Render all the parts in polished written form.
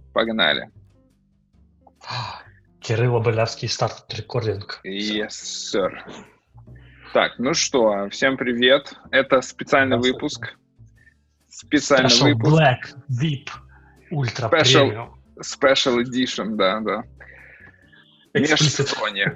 Погнали. Кирилл Болявский, старт-рекординг. Yes, sir. Так, ну что, всем привет. Это специальный выпуск. Специальный Special выпуск. Black, VIP, Ultra Premium. Special Edition, да. Межсезонье.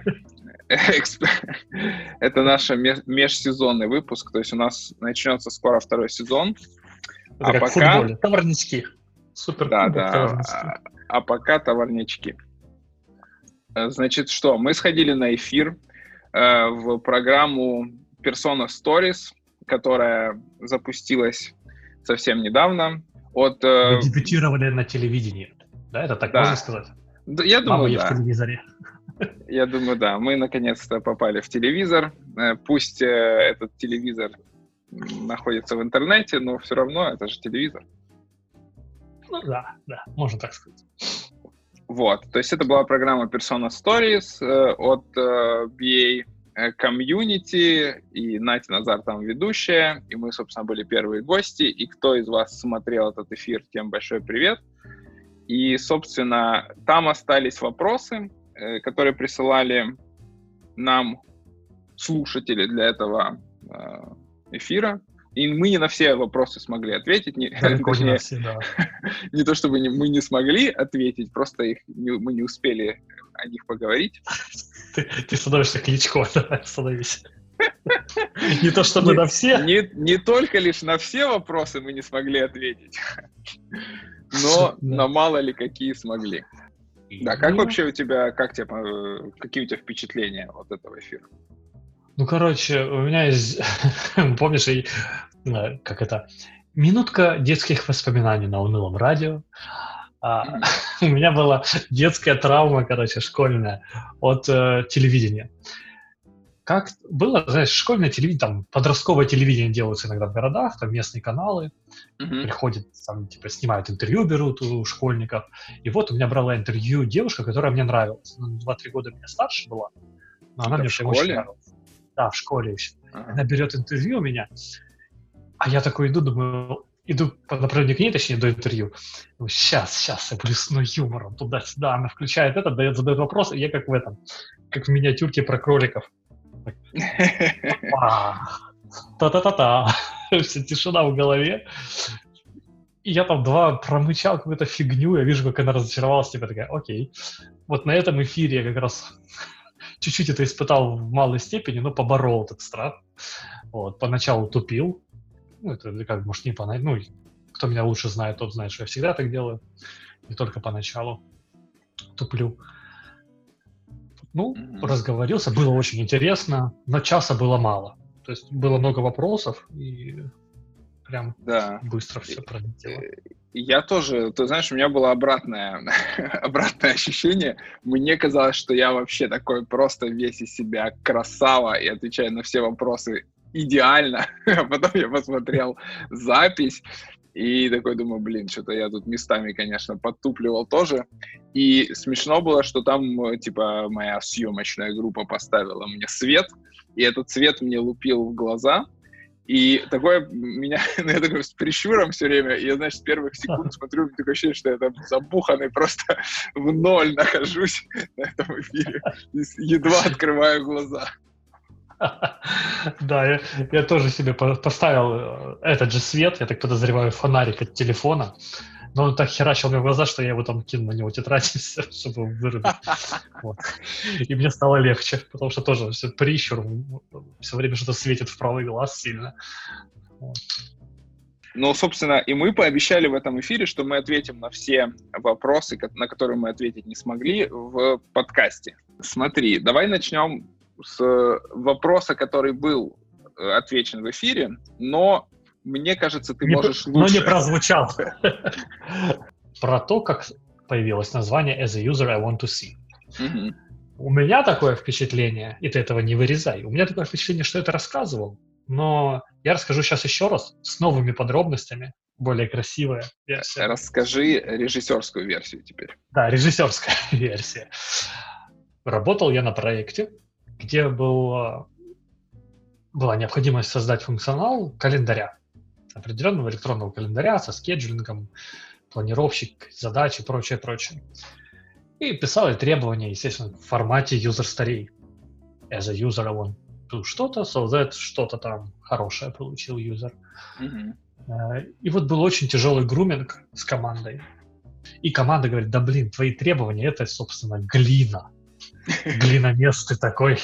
Это наш межсезонный выпуск, то есть у нас начнется скоро второй сезон. Это как в футболе, товарнички. Суперкубок, да. товарнички. А пока товарнички. Значит, что? Мы сходили на эфир в программу Persona Stories, которая запустилась совсем недавно. Вы дебютировали на телевидении, да? Это так можно сказать? Да, я думаю, да. В телевизоре. Я думаю, да. Мы наконец-то попали в телевизор. Пусть этот телевизор находится в интернете, но все равно это же телевизор. Ну да, можно так сказать. Вот, то есть это была программа Persona Stories от BA Community, и Натя Назар там ведущая, и мы, собственно, были первые гости, и кто из вас смотрел этот эфир, тем большой привет. И, собственно, там остались вопросы, которые присылали нам слушатели для этого эфира. И мы не на все вопросы смогли ответить. Не на все, да. Не то, чтобы мы не смогли ответить, просто мы не успели о них поговорить. Ты становишься Кличко, давай становись. Не то, чтобы на все. Не только лишь на все вопросы мы не смогли ответить, но на мало ли какие смогли. Да, как вообще у тебя, какие у тебя впечатления от этого эфира? Ну, короче, у меня есть, помнишь, минутка детских воспоминаний на унылом радио. У меня была детская травма, школьная от телевидения. Как было, знаешь, школьное телевидение, там, подростковое телевидение делается иногда в городах, там местные каналы, приходят, там, снимают интервью, берут у школьников. И вот у меня брала интервью девушка, которая мне нравилась. Она 2-3 года меня старше была, но она мне прям очень нравилась. Да, в школе еще. Она берет интервью у меня, а я такой иду по направлению к ней, точнее, до интервью. Думаю, сейчас я блесну юмором туда-сюда. Она включает это, задает вопрос, и я как в миниатюрке про кроликов. Та-та-та-та. Вся тишина в голове. И я там промычал какую-то фигню, я вижу, как она разочаровалась, такая, окей. Вот на этом эфире я как раз чуть-чуть это испытал в малой степени, но поборол этот страх. Вот, поначалу тупил. Ну, это может не понять. Ну, кто меня лучше знает, тот знает, что я всегда так делаю. Не только поначалу туплю. Ну, разговорился, было очень интересно, но часа было мало. То есть было много вопросов, и прям быстро все пролетело. Я тоже, ты знаешь, у меня было обратное ощущение. Мне казалось, что я вообще такой просто весь из себя красава и отвечаю на все вопросы идеально. А потом я посмотрел запись и такой думаю, что-то я тут местами, конечно, подтупливал тоже. И смешно было, что там, моя съемочная группа поставила мне свет, и этот свет мне лупил в глаза. И такое я такой с прищуром все время, и я, знаешь, с первых секунд смотрю, такое ощущение, что я там забуханный просто в ноль нахожусь на этом эфире, едва открываю глаза. Да, я тоже себе поставил этот же свет, я так подозреваю, фонарик от телефона, но он так херачил мне в глаза, что я его там кинул на него тетрадь, чтобы вырубить. Вот. И мне стало легче, потому что тоже все прищур, все время что-то светит в правый глаз сильно. Вот. Ну, собственно, и мы пообещали в этом эфире, что мы ответим на все вопросы, на которые мы ответить не смогли в подкасте. Смотри, давай начнем с вопроса, который был отвечен в эфире, но мне кажется, ты можешь лучше. Но не прозвучал. Про то, как появилось название As a User I Want to See. У меня такое впечатление, и ты этого не вырезай, у меня такое впечатление, что я это рассказывал, но я расскажу сейчас еще раз с новыми подробностями, более красивая версия. Расскажи режиссерскую версию теперь. Да, режиссерская версия. Работал я на проекте, где была необходимость создать функционал календаря, определенного электронного календаря со скеджулингом, планировщик задач и прочее. И писал требования, естественно, в формате user story. As a user, I want to что-то, so that что-то там хорошее получил user. И вот был очень тяжелый груминг с командой. И команда говорит, да блин, твои требования, это, собственно, глина. Глиномес ты такой.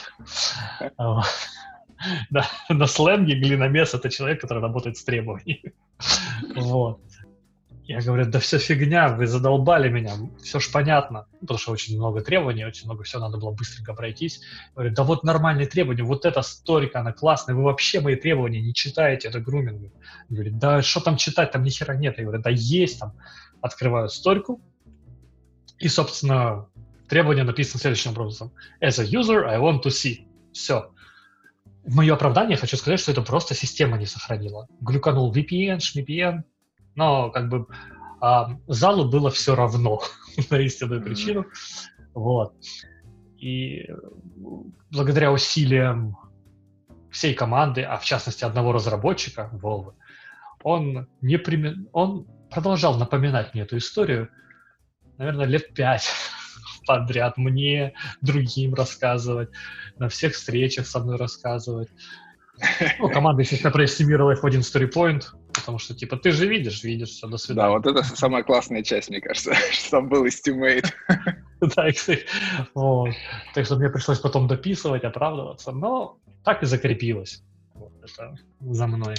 Да, на сленге глиномес — это человек, который работает с требованиями. Вот. Я говорю, да все фигня, вы задолбали меня, все ж понятно. Потому что очень много требований, очень много всего, надо было быстренько пройтись. Я говорю, да вот нормальные требования, вот эта сторика, она классная, вы вообще мои требования не читаете, это груминг. Говорит, да что там читать, там ни хера нет. Я говорю, да есть там. Открываю сторику, и, собственно, требование написано следующим образом. As a user, I want to see. Все. В мое оправдание хочу сказать, что это просто система не сохранила. Глюканул VPN, шмипен, но как бы залу было все равно на истинную причину. Вот. И благодаря усилиям всей команды, а в частности одного разработчика, Volvo, он продолжал напоминать мне эту историю, наверное, лет 5 подряд, мне, другим рассказывать, на всех встречах со мной рассказывать. Ну, команда, естественно, проэстимировала их в один story-point, потому что, типа, ты же видишь, все, до свидания. Да, вот это самая классная часть, мне кажется, что там был estimate. Да, вот. Так что мне пришлось потом дописывать, оправдываться, но так и закрепилось. Вот это за мной.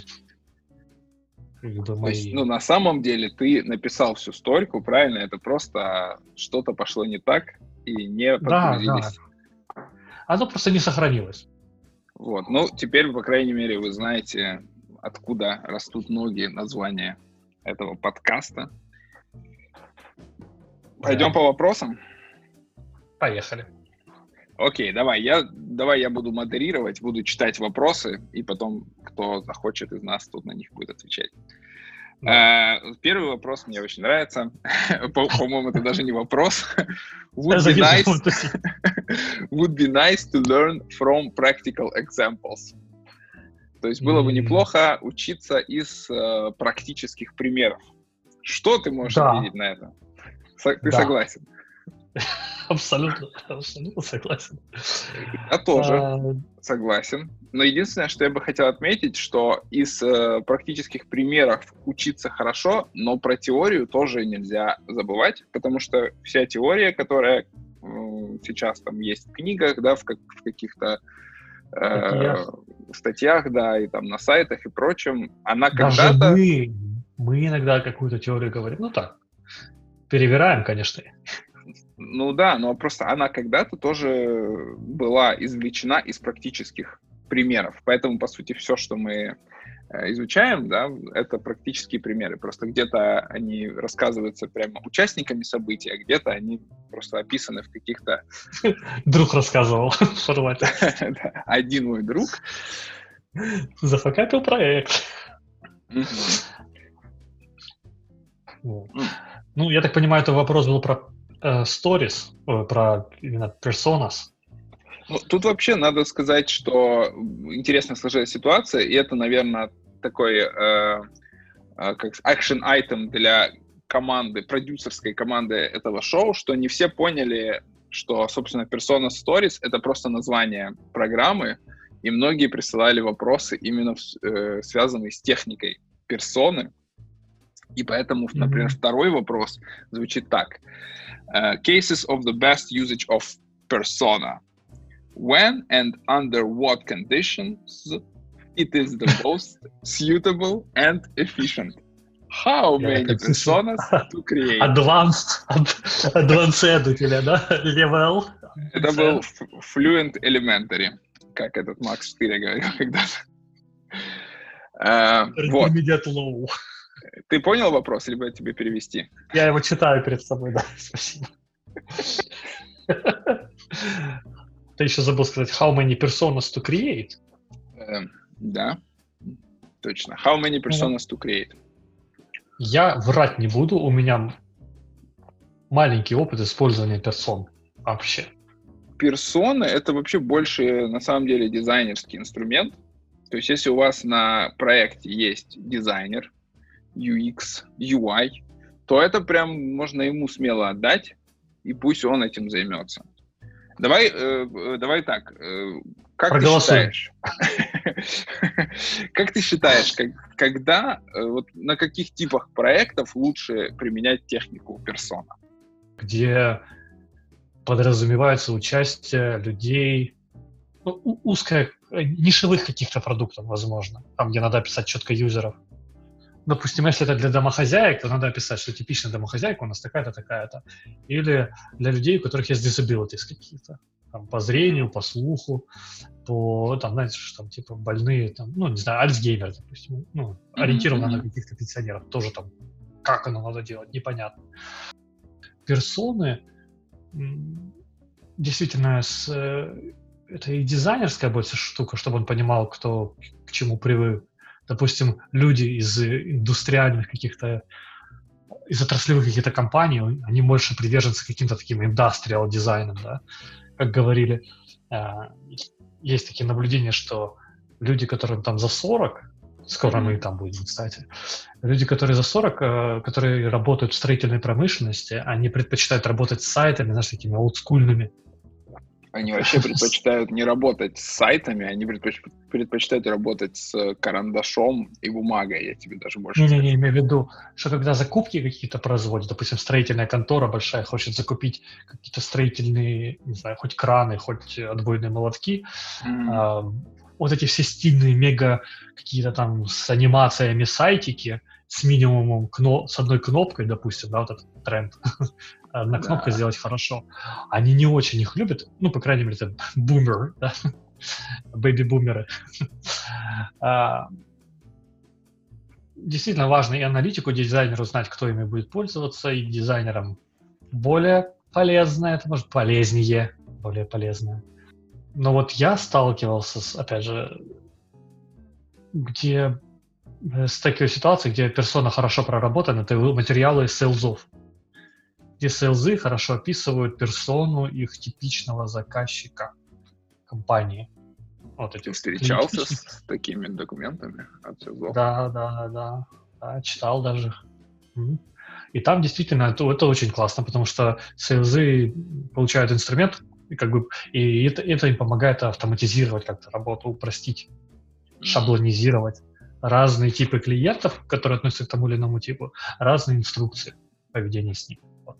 То есть, на самом деле ты написал всю сторику, правильно? Это просто что-то пошло не так и не подгрузились. Да. Оно просто не сохранилось. Вот. Ну, теперь, по крайней мере, вы знаете, откуда растут ноги названия этого подкаста. Пойдем по вопросам? Поехали. Окей, давай я буду модерировать, буду читать вопросы, и потом, кто захочет из нас, тут на них будет отвечать. Первый вопрос мне очень нравится. По-моему, это даже не вопрос. Would be nice to learn from practical examples. То есть было бы неплохо учиться из практических примеров. Что ты можешь ответить на это? Ты согласен? Абсолютно согласен. Я тоже согласен. Но единственное, что я бы хотел отметить, что из практических примеров учиться хорошо, но про теорию тоже нельзя забывать, потому что вся теория, которая сейчас там есть в книгах, да, в каких-то статьях, да, и там на сайтах и прочем, она даже когда-то... Мы иногда какую-то теорию говорим, ну так, перевираем, конечно. Ну да, но просто она когда-то тоже была извлечена из практических примеров. Поэтому, по сути, все, что мы изучаем, да, это практические примеры. Просто где-то они рассказываются прямо участниками событий, а где-то они просто описаны в каких-то... Друг рассказывал в формате. Один мой друг. Зафакапил проект. Ну, я так понимаю, это вопрос был про stories, про именно personas. Ну, тут вообще надо сказать, что интересно сложилась ситуация, и это, наверное, такой как action item для команды, продюсерской команды этого шоу, что не все поняли, что, собственно, Persona Stories — это просто название программы, и многие присылали вопросы именно связанные с техникой персоны. И поэтому, например, второй вопрос звучит так. Cases of the best usage of persona. When and under what conditions it is the most suitable and efficient? How many personas to create? Advanced у тебя, да? Level. Это был Fluent Elementary, как этот Max 4 говорил когда-то. Вот. Intermediate low. Ты понял вопрос, либо тебе перевести? Я его читаю перед собой, да, спасибо. Ты еще забыл сказать, how many personas to create? Да, точно. How many personas to create? Я врать не буду, у меня маленький опыт использования персон вообще. Персоны — это вообще больше, на самом деле, дизайнерский инструмент. То есть, если у вас на проекте есть дизайнер, UX, UI, то это прям можно ему смело отдать, и пусть он этим займется. Давай так. Как Проголосуем. ты считаешь? Как ты считаешь, когда, вот на каких типах проектов лучше применять технику персона? Где подразумевается участие людей, узкое, нишевых каких-то продуктов, возможно, там, где надо описать четко юзеров. Допустим, если это для домохозяек, то надо описать, что типичная домохозяйка у нас такая-то, такая-то. Или для людей, у которых есть disabilities какие-то. Там, по зрению, по слуху, по, там, знаете, что там, типа, больные, там, ну, не знаю, Альцгеймер, допустим, ну, ориентировано на каких-то пенсионеров. Тоже там, как оно надо делать, непонятно. Персоны, действительно, это и дизайнерская больше штука, чтобы он понимал, кто к чему привык. Допустим, люди из индустриальных каких-то, из отраслевых каких-то компаний, они больше приверженцы каким-то таким индастриал дизайном, да, как говорили. Есть такие наблюдения, что люди, которым там за 40, скоро мы там будем, кстати, люди, которые за 40, которые работают в строительной промышленности, они предпочитают работать с сайтами, знаешь, такими олдскульными. Они вообще предпочитают не работать с сайтами, они предпочитают работать с карандашом и бумагой, я тебе даже больше скажу. Не, имею в виду, что когда закупки какие-то производят, допустим, строительная контора большая хочет закупить какие-то строительные, не знаю, хоть краны, хоть отбойные молотки, вот эти все стильные мега какие-то там с анимациями сайтики, с минимумом, с одной кнопкой, допустим, да, вот этот тренд, одна кнопка сделать хорошо. Они не очень их любят, ну, по крайней мере, это бумеры, да? Бэби-бумеры. Действительно важно и аналитику, дизайнеру знать, кто ими будет пользоваться, и дизайнерам более полезное, это может полезнее, более полезное. Но вот я сталкивался, опять же, с такой ситуацией, где персона хорошо проработана, это материалы сейлзов, где сейлзы хорошо описывают персону их типичного заказчика компании. Вот Ты встречался с такими документами от сейлзов? Да, читал даже. И там действительно это очень классно, потому что сейлзы получают инструмент, и это им помогает автоматизировать как-то работу, упростить, шаблонизировать разные типы клиентов, которые относятся к тому или иному типу, разные инструкции поведения с ним. Вот.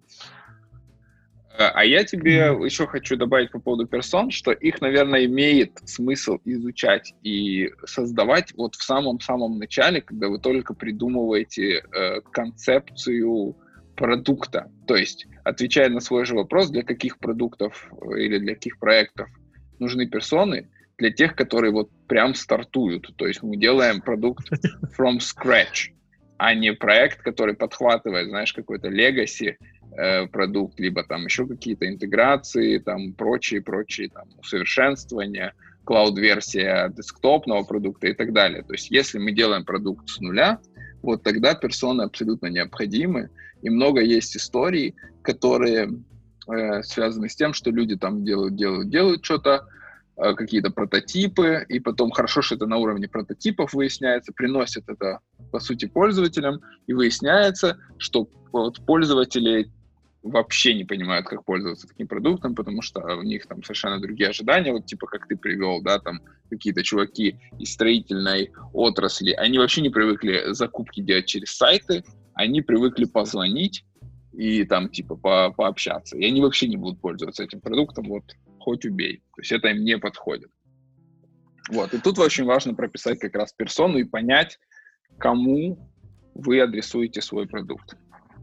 А я тебе еще хочу добавить по поводу персон, что их, наверное, имеет смысл изучать и создавать вот в самом-самом начале, когда вы только придумываете концепцию продукта. То есть, отвечая на свой же вопрос, для каких продуктов или для каких проектов нужны персоны, для тех, которые вот прям стартуют. То есть мы делаем продукт from scratch, а не проект, который подхватывает, знаешь, какой-то legacy продукт, либо там еще какие-то интеграции, там прочие там усовершенствования, клауд-версия десктопного продукта и так далее. То есть если мы делаем продукт с нуля, вот тогда персоны абсолютно необходимы. И много есть историй, которые связаны с тем, что люди там делают что-то, какие-то прототипы, и потом хорошо, что это на уровне прототипов выясняется, приносят это, по сути, пользователям, и выясняется, что вот пользователи вообще не понимают, как пользоваться таким продуктом, потому что у них там совершенно другие ожидания, вот типа как ты привел, да, там какие-то чуваки из строительной отрасли, они вообще не привыкли закупки делать через сайты, они привыкли позвонить и там типа пообщаться, и они вообще не будут пользоваться этим продуктом, вот хоть убей, то есть это им не подходит. Вот, и тут очень важно прописать как раз персону и понять, кому вы адресуете свой продукт.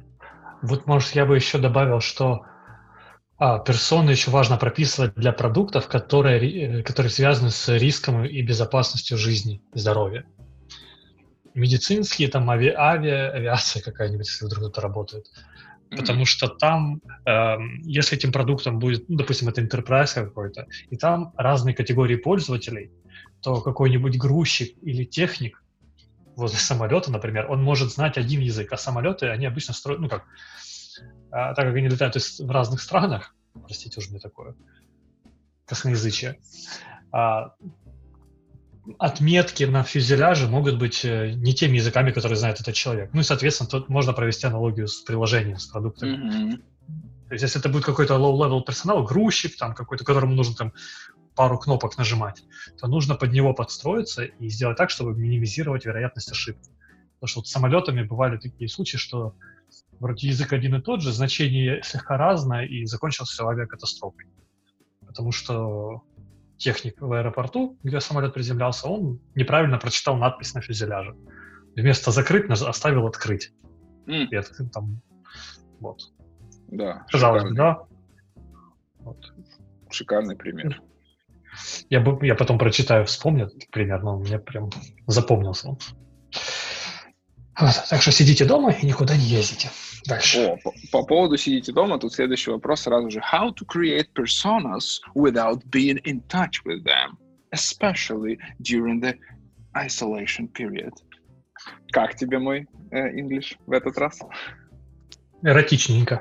Вот, может, я бы еще добавил, что персоны еще важно прописывать для продуктов, которые связаны с риском и безопасностью жизни и здоровья. Медицинские, там, авиация какая-нибудь, если вдруг кто-то работает. Потому что там, если этим продуктом будет, допустим, это enterprise какой-то, и там разные категории пользователей, то какой-нибудь грузчик или техник возле самолета, например, он может знать один язык, а самолеты, они обычно строят, так как они летают в разных странах, простите уж мне такое косноязычие, отметки на фюзеляже могут быть не теми языками, которые знает этот человек. Ну и, соответственно, тут можно провести аналогию с приложением, с продуктами. Мгм. То есть, если это будет какой-то low-level персонал, грузчик, там, какой-то, которому нужно там пару кнопок нажимать, то нужно под него подстроиться и сделать так, чтобы минимизировать вероятность ошибки. Потому что вот с самолетами бывали такие случаи, что вроде язык один и тот же, значение слегка разное, и закончилось все авиакатастрофой. Потому что техник в аэропорту, где самолет приземлялся, он неправильно прочитал надпись на фюзеляже. Вместо «закрыть» оставил «открыть». М, И там, вот. Да, Казалось бы, шикарный, да? Вот. шикарный пример. Я потом прочитаю, вспомню этот пример, но мне прям запомнился он. Вот. Так что сидите дома и никуда не ездите. Дальше. По поводу «сидите дома», тут следующий вопрос сразу же. How to create personas without being in touch with them, especially during the isolation period. Как тебе мой English в этот раз? Эротичненько.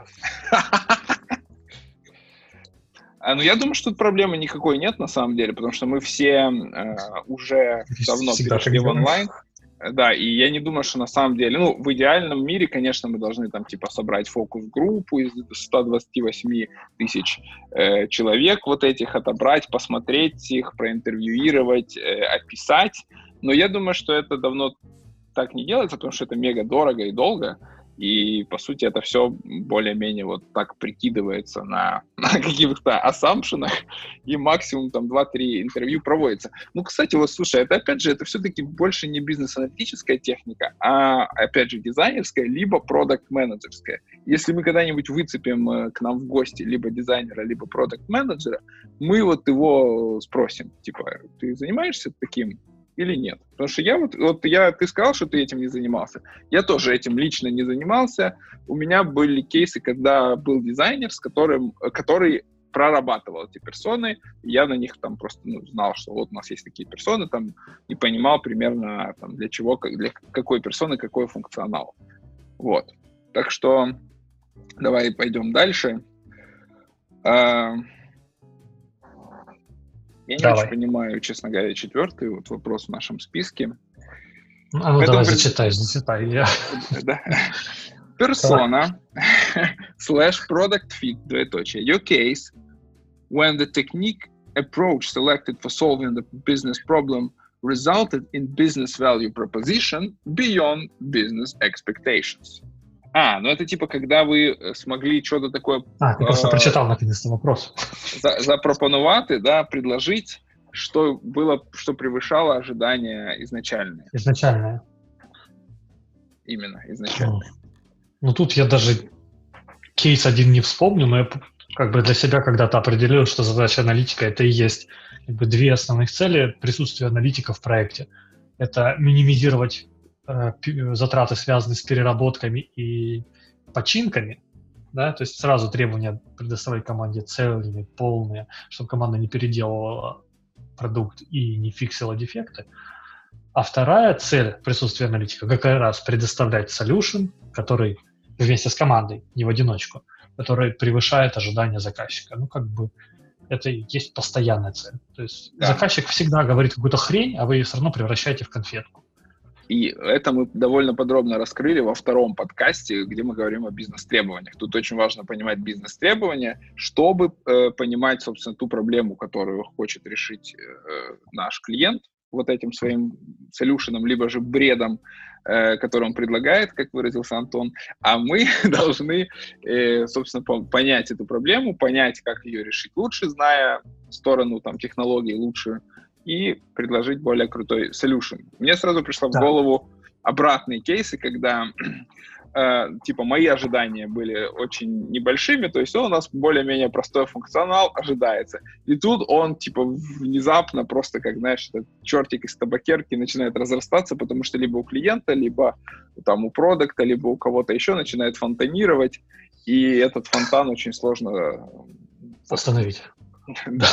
Ну, я думаю, что тут проблемы никакой нет, на самом деле, потому что мы все уже давно Всегда перешли так в делаем. онлайн. Да, и я не думаю, что на самом деле, ну, в идеальном мире, конечно, мы должны там, типа, собрать фокус-группу из 128 тысяч человек вот этих, отобрать, посмотреть их, проинтервьюировать, описать. Но я думаю, что это давно так не делается, потому что это мега дорого и долго. И, по сути, это все более-менее вот так прикидывается на каких-то ассампшенах, и максимум там 2-3 интервью проводится. Ну, кстати, вот, слушай, это, опять же, это все-таки больше не бизнес-аналитическая техника, а, опять же, дизайнерская, либо продакт-менеджерская. Если мы когда-нибудь выцепим к нам в гости либо дизайнера, либо продакт-менеджера, мы вот его спросим, типа, ты занимаешься таким или нет? Потому что ты сказал, что ты этим не занимался. Я тоже этим лично не занимался. У меня были кейсы, когда был дизайнер, который прорабатывал эти персоны. Я на них там просто знал, что вот у нас есть такие персоны, там, и понимал примерно там, для чего, для какой персоны какой функционал. Вот. Так что давай пойдем дальше. Я не очень понимаю, честно говоря, четвертый вот вопрос в нашем списке. Ну, давай, зачитай. Да. Persona / product fit, двоеточие. Your case, when the technique approach selected for solving the business problem resulted in business value proposition beyond business expectations. Ну это типа, когда вы смогли что-то такое... ты просто прочитал наконец-то вопрос. Запропонувати, да, предложить, что превышало ожидания изначальные. Изначальное. Именно, изначальные. Ну тут я даже кейс один не вспомню, но я как бы для себя когда-то определил, что задача аналитика — это и есть как бы две основных цели присутствия аналитика в проекте. Это минимизировать затраты, связанные с переработками и починками, да, то есть сразу требования предоставить команде цельные, полные, чтобы команда не переделывала продукт и не фиксила дефекты. А вторая цель присутствия аналитика как раз предоставлять solution, который вместе с командой, не в одиночку, который превышает ожидания заказчика. Ну, как бы это и есть постоянная цель. То есть заказчик всегда говорит какую-то хрень, а вы ее все равно превращаете в конфетку. И это мы довольно подробно раскрыли во втором подкасте, где мы говорим о бизнес-требованиях. Тут очень важно понимать бизнес-требования, чтобы понимать, собственно, ту проблему, которую хочет решить наш клиент вот этим своим солюшеном, либо же бредом, который он предлагает, как выразился Антон. А мы должны, собственно, понять эту проблему, понять, как ее решить лучше, зная сторону там, технологий лучше, и предложить более крутой solution. Мне сразу пришло в голову обратные кейсы, когда типа мои ожидания были очень небольшими, то есть у нас более-менее простой функционал ожидается. И тут он типа внезапно просто, как, знаешь, этот чертик из табакерки начинает разрастаться, потому что либо у клиента, либо там у продакта, либо у кого-то еще начинает фонтанировать, и этот фонтан очень сложно остановить. Да.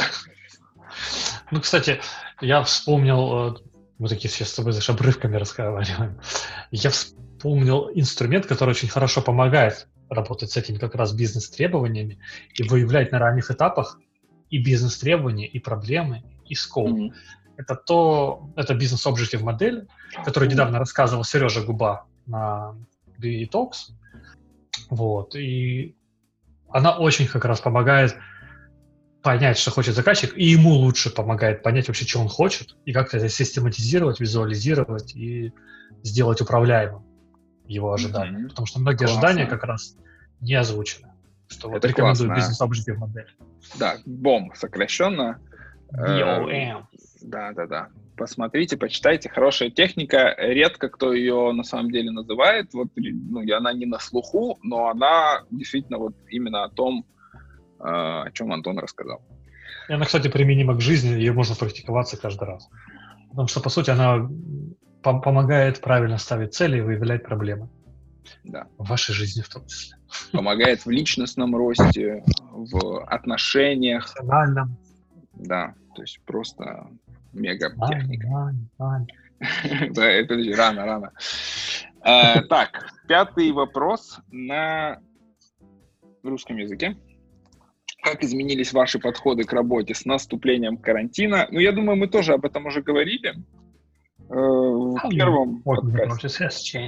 Ну, кстати, я вспомнил, мы такие сейчас с тобой за обрывками разговариваем, я вспомнил инструмент, который очень хорошо помогает работать с этими как раз бизнес-требованиями и выявлять на ранних этапах и бизнес-требования, и проблемы, и скоп. это бизнес-объектив модель, которую недавно рассказывал Сережа Губа на BE Talks. Вот. И она очень как раз помогает понять, что хочет заказчик, и ему лучше помогает понять вообще, что он хочет, и как это систематизировать, визуализировать и сделать управляемым его ожидания. Потому что многие ожидания как раз не озвучены. Что вот рекомендую бизнес-объектив модель. Да, BOM сокращенно. BOM. Да. Посмотрите, почитайте. Хорошая техника. Редко кто ее на самом деле называет. Вот, она не на слуху, но она действительно вот именно о том, о чем Антон рассказал. И она, кстати, применима к жизни, ее можно практиковаться каждый раз. Потому что, по сути, она помогает правильно ставить цели и выявлять проблемы. Да. В вашей жизни в том числе. Помогает в личностном росте, в отношениях. Эмоциональном. Да, то есть просто мега техника. Да, это рано. Так, 5-й вопрос на русском языке. Как изменились ваши подходы к работе с наступлением карантина? Я думаю, мы тоже об этом уже говорили в первом подкасте.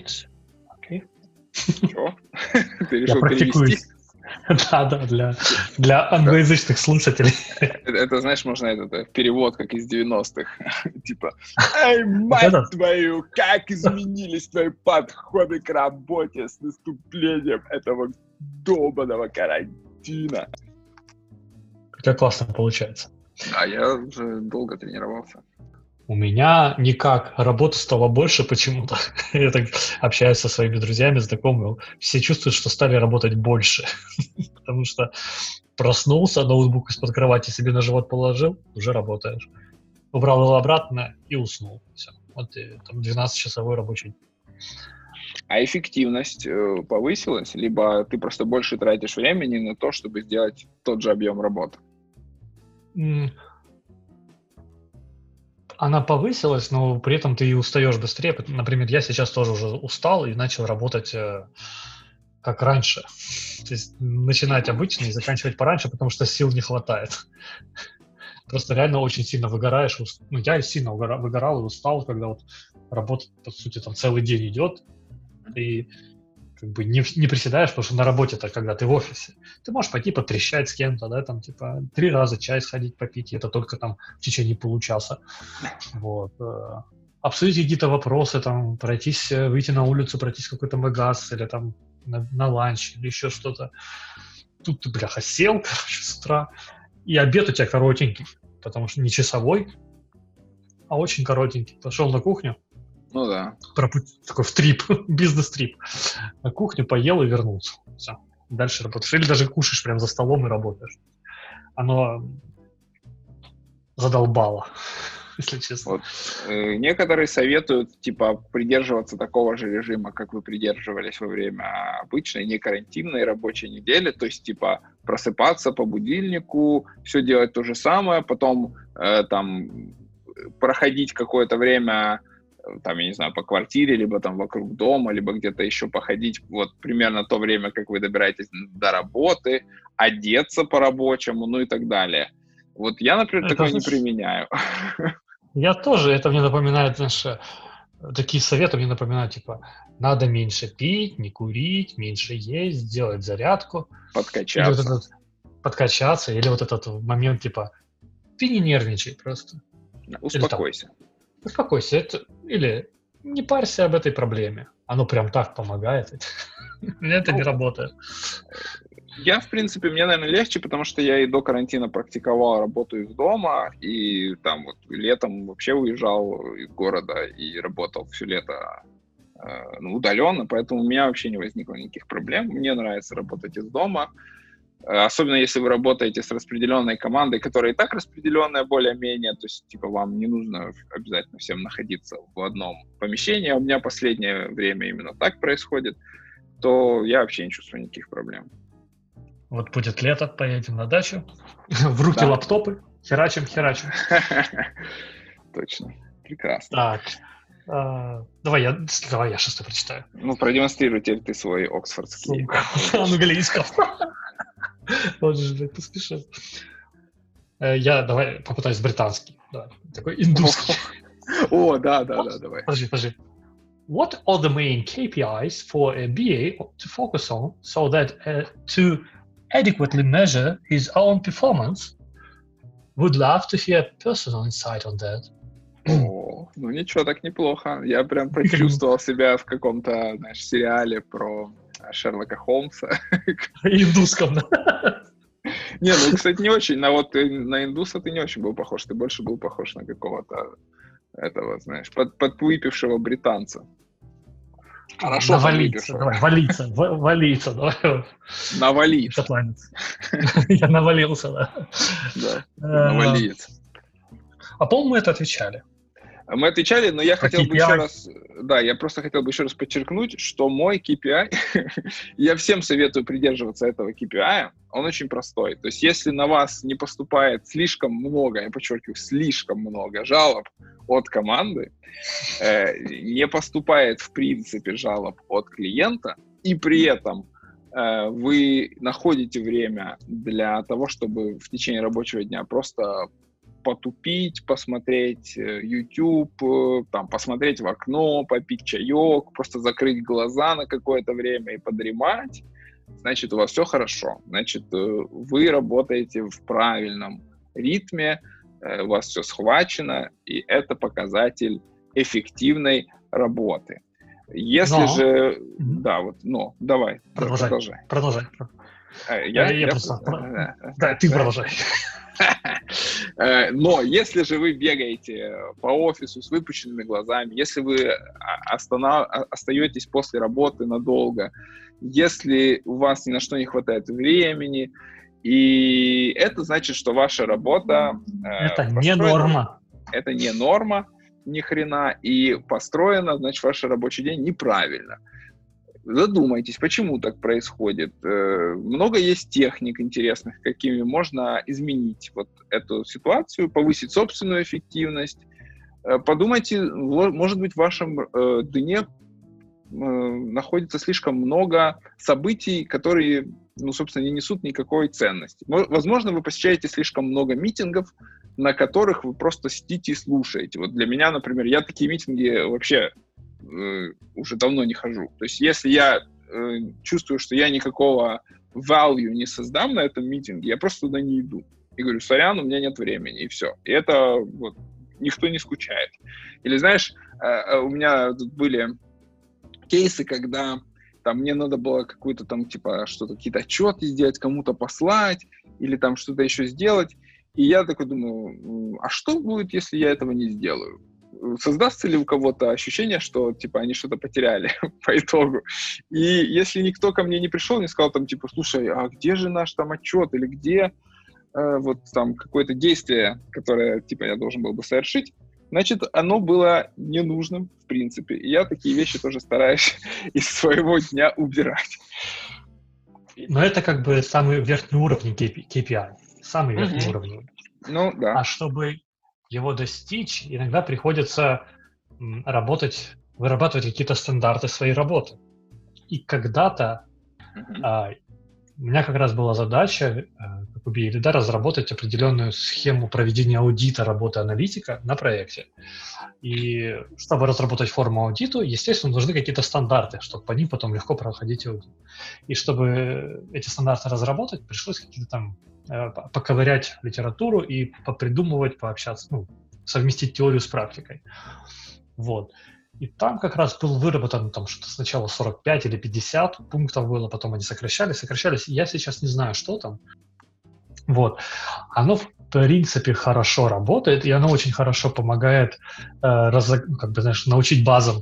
Чего? Ты решил перевести? Да, для англоязычных слушателей. Это, знаешь, можно перевод, как из 90-х. Типа, эй, мать твою, как изменились твои подходы к работе с наступлением этого долбаного карантина. Как классно получается. Да, я уже долго тренировался. У меня никак. Работы стало больше почему-то. Я так общаюсь со своими друзьями, знакомыми. Все чувствуют, что стали работать больше. Потому что проснулся, ноутбук из-под кровати себе на живот положил, уже работаешь. Убрал его обратно и уснул. Все. Вот и, там 12-часовой рабочий день. А эффективность повысилась? Либо ты просто больше тратишь времени на то, чтобы сделать тот же объем работы? Она повысилась, но при этом ты и устаешь быстрее. Например, я сейчас тоже уже устал и начал работать как раньше. То есть начинать обычно и заканчивать пораньше, потому что сил не хватает. Просто реально очень сильно выгораешь. Я сильно выгорал и устал, когда вот работа, по сути, там целый день идет, и как бы не приседаешь, потому что на работе-то, когда ты в офисе, ты можешь пойти потрещать с кем-то, да, там, типа, 3 раза чай сходить попить, и это только там в течение получаса. Вот. Обсудить какие-то вопросы, там, пройтись, выйти на улицу, пройтись в какой-то магаз, или там на ланч, или еще что-то. Тут ты, бляха, сел, короче, с утра, и обед у тебя коротенький, потому что не часовой, а очень коротенький. Пошел на кухню, ну да. Такой в трип, бизнес-трип. На кухню поел и вернулся. Все. Дальше работаешь. Или даже кушаешь прямо за столом и работаешь. Оно задолбало, если честно. Вот. Некоторые советуют, типа, придерживаться такого же режима, как вы придерживались во время обычной, не карантинной рабочей недели. То есть, типа, просыпаться по будильнику, все делать то же самое, потом там проходить какое-то время, там, я не знаю, по квартире, либо там вокруг дома, либо где-то еще походить вот примерно то время, как вы добираетесь до работы, одеться по-рабочему, ну и так далее. Вот я, например, такое не применяю. Я тоже, это мне напоминает, знаешь, такие советы мне напоминают, типа, надо меньше пить, не курить, меньше есть, сделать зарядку. Подкачаться. Или вот подкачаться, или вот этот момент, типа, ты не нервничай просто. Успокойся. Успокойся. Или не парься об этой проблеме. Оно прям так помогает. Это не работает. Я, в принципе, мне, наверное, легче, потому что я и до карантина практиковал работу из дома, и там вот летом вообще уезжал из города и работал все лето удаленно, поэтому у меня вообще не возникло никаких проблем. Мне нравится работать из дома, особенно если вы работаете с распределенной командой, которая и так распределенная более-менее, то есть типа вам не нужно обязательно всем находиться в одном помещении, а у меня последнее время именно так происходит, то я вообще не чувствую никаких проблем. Вот будет лето, поедем на дачу, в руки лаптопы, херачим. Точно, прекрасно. Так, давай я 6 прочитаю. Ну, продемонстрируй теперь ты свой оксфордский. Английском. Вот же, блядь, поспешил. Давай попытаюсь британский. Давай. Такой индусский. О, да, давай. Подожди. What are the main KPIs for a BA to focus on so that to adequately measure his own performance? Would love to hear personal insight on that. О, ну ничего, так неплохо. Я прям прочувствовал себя в каком-то, знаешь, сериале про Шерлока Холмса. Индусском, да? Не, ну, кстати, не очень. На индуса ты не очень был похож. Ты больше был похож на какого-то этого, знаешь, подвыпившего британца. Хорошо навалиться, давай, валиться, давай. Навалить. Шотландец. Я навалился, да. Да, навалиться. А по-моему, мы это отвечали. Мы отвечали, но я хотел бы еще раз... Да, я просто хотел бы еще раз подчеркнуть, что мой KPI, я всем советую придерживаться этого KPI, он очень простой. То есть если на вас не поступает слишком много, я подчеркиваю, слишком много жалоб от команды, не поступает в принципе жалоб от клиента, и при этом вы находите время для того, чтобы в течение рабочего дня просто потупить, посмотреть YouTube, там, посмотреть в окно, попить чаек, просто закрыть глаза на какое-то время и подремать, значит, у вас все хорошо. Значит, вы работаете в правильном ритме, у вас все схвачено, и это показатель эффективной работы. Если же... Да, вот, давай, продолжай. Да, ты продолжай. Но если же вы бегаете по офису с выпущенными глазами, если вы остаетесь после работы надолго, если у вас ни на что не хватает времени, и это значит, что ваша работа... Это не норма. Это не норма, ни хрена, и построена, значит, ваш рабочий день неправильно. Задумайтесь, почему так происходит. Много есть техник интересных, какими можно изменить вот эту ситуацию, повысить собственную эффективность. Подумайте, может быть, в вашем дне находится слишком много событий, которые, собственно, не несут никакой ценности. Возможно, вы посещаете слишком много митингов, на которых вы просто сидите и слушаете. Вот для меня, например, я такие митинги вообще уже давно не хожу. То есть если я чувствую, что я никакого value не создам на этом митинге, я просто туда не иду. И говорю, сорян, у меня нет времени, и все. И это вот никто не скучает. Или, знаешь, у меня тут были кейсы, когда там мне надо было какую-то там, типа, что-то, какие-то отчеты сделать, кому-то послать, или там что-то еще сделать. И я такой думаю, а что будет, если я этого не сделаю? Создастся ли у кого-то ощущение, что, типа, они что-то потеряли по итогу? И если никто ко мне не пришел, не сказал, там, типа, слушай, а где же наш там отчет? Или где вот там какое-то действие, которое, типа, я должен был бы совершить, значит, оно было ненужным, в принципе. И я такие вещи тоже стараюсь из своего дня убирать. Но это как бы самый верхний уровень KPI. Самый верхний уровень. Ну, да. А чтобы его достичь, иногда приходится вырабатывать какие-то стандарты своей работы. И когда-то у меня как раз была задача, как у BA-лида, разработать определенную схему проведения аудита работы аналитика на проекте. И чтобы разработать форму аудиту, естественно, нужны какие-то стандарты, чтобы по ним потом легко проходить аудит. И чтобы эти стандарты разработать, пришлось какие-то там поковырять литературу и попридумывать, пообщаться, совместить теорию с практикой. Вот. И там как раз был выработан там что-то сначала 45 или 50 пунктов было, потом они сокращались. Я сейчас не знаю, что там. Вот. Оно, в принципе, хорошо работает, и оно очень хорошо помогает научить базам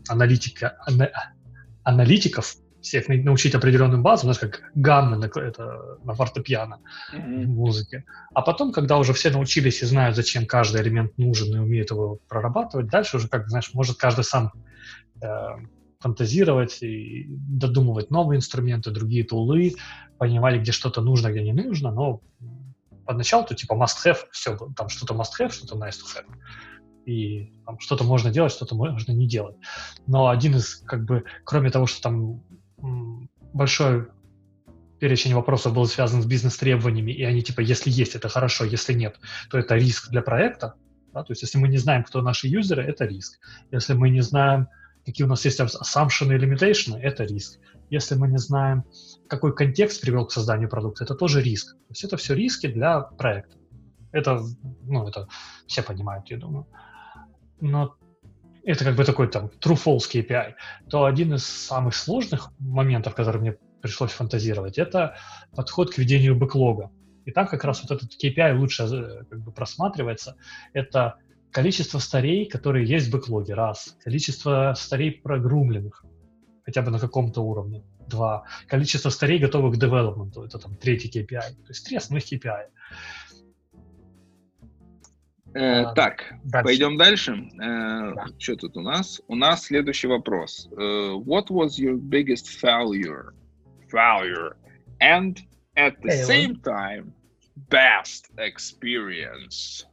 аналитиков, всех научить определенным базам, знаешь, как гаммы на фортепиано в музыке. А потом, когда уже все научились и знают, зачем каждый элемент нужен и умеют его прорабатывать, дальше уже, может каждый сам фантазировать и додумывать новые инструменты, другие тулы, понимать, где что-то нужно, где не нужно, но поначалу то типа must-have, все, там что-то must-have, что-то nice-to-have. И там что-то можно делать, что-то можно не делать. Но один из, кроме того, что там большой перечень вопросов был связан с бизнес-требованиями, и они типа, если есть, это хорошо, если нет, то это риск для проекта. Да? То есть если мы не знаем, кто наши юзеры, это риск. Если мы не знаем, какие у нас есть assumption и limitation, это риск. Если мы не знаем, какой контекст привел к созданию продукта, это тоже риск. То есть это все риски для проекта. Это все понимают, я думаю. Но это как бы такой там true-false KPI. То один из самых сложных моментов, который мне пришлось фантазировать, это подход к ведению бэклога. И там как раз вот этот KPI лучше как бы просматривается. Это количество старей, которые есть в бэклоге, раз. Количество старей прогрумленных, хотя бы на каком-то уровне, два. Количество старей, готовых к девелопменту, это там третий KPI. То есть 3 основных KPI. Так, дальше. Пойдем дальше. Что тут у нас? У нас следующий вопрос. What was your biggest failure? And at the same time, best experience.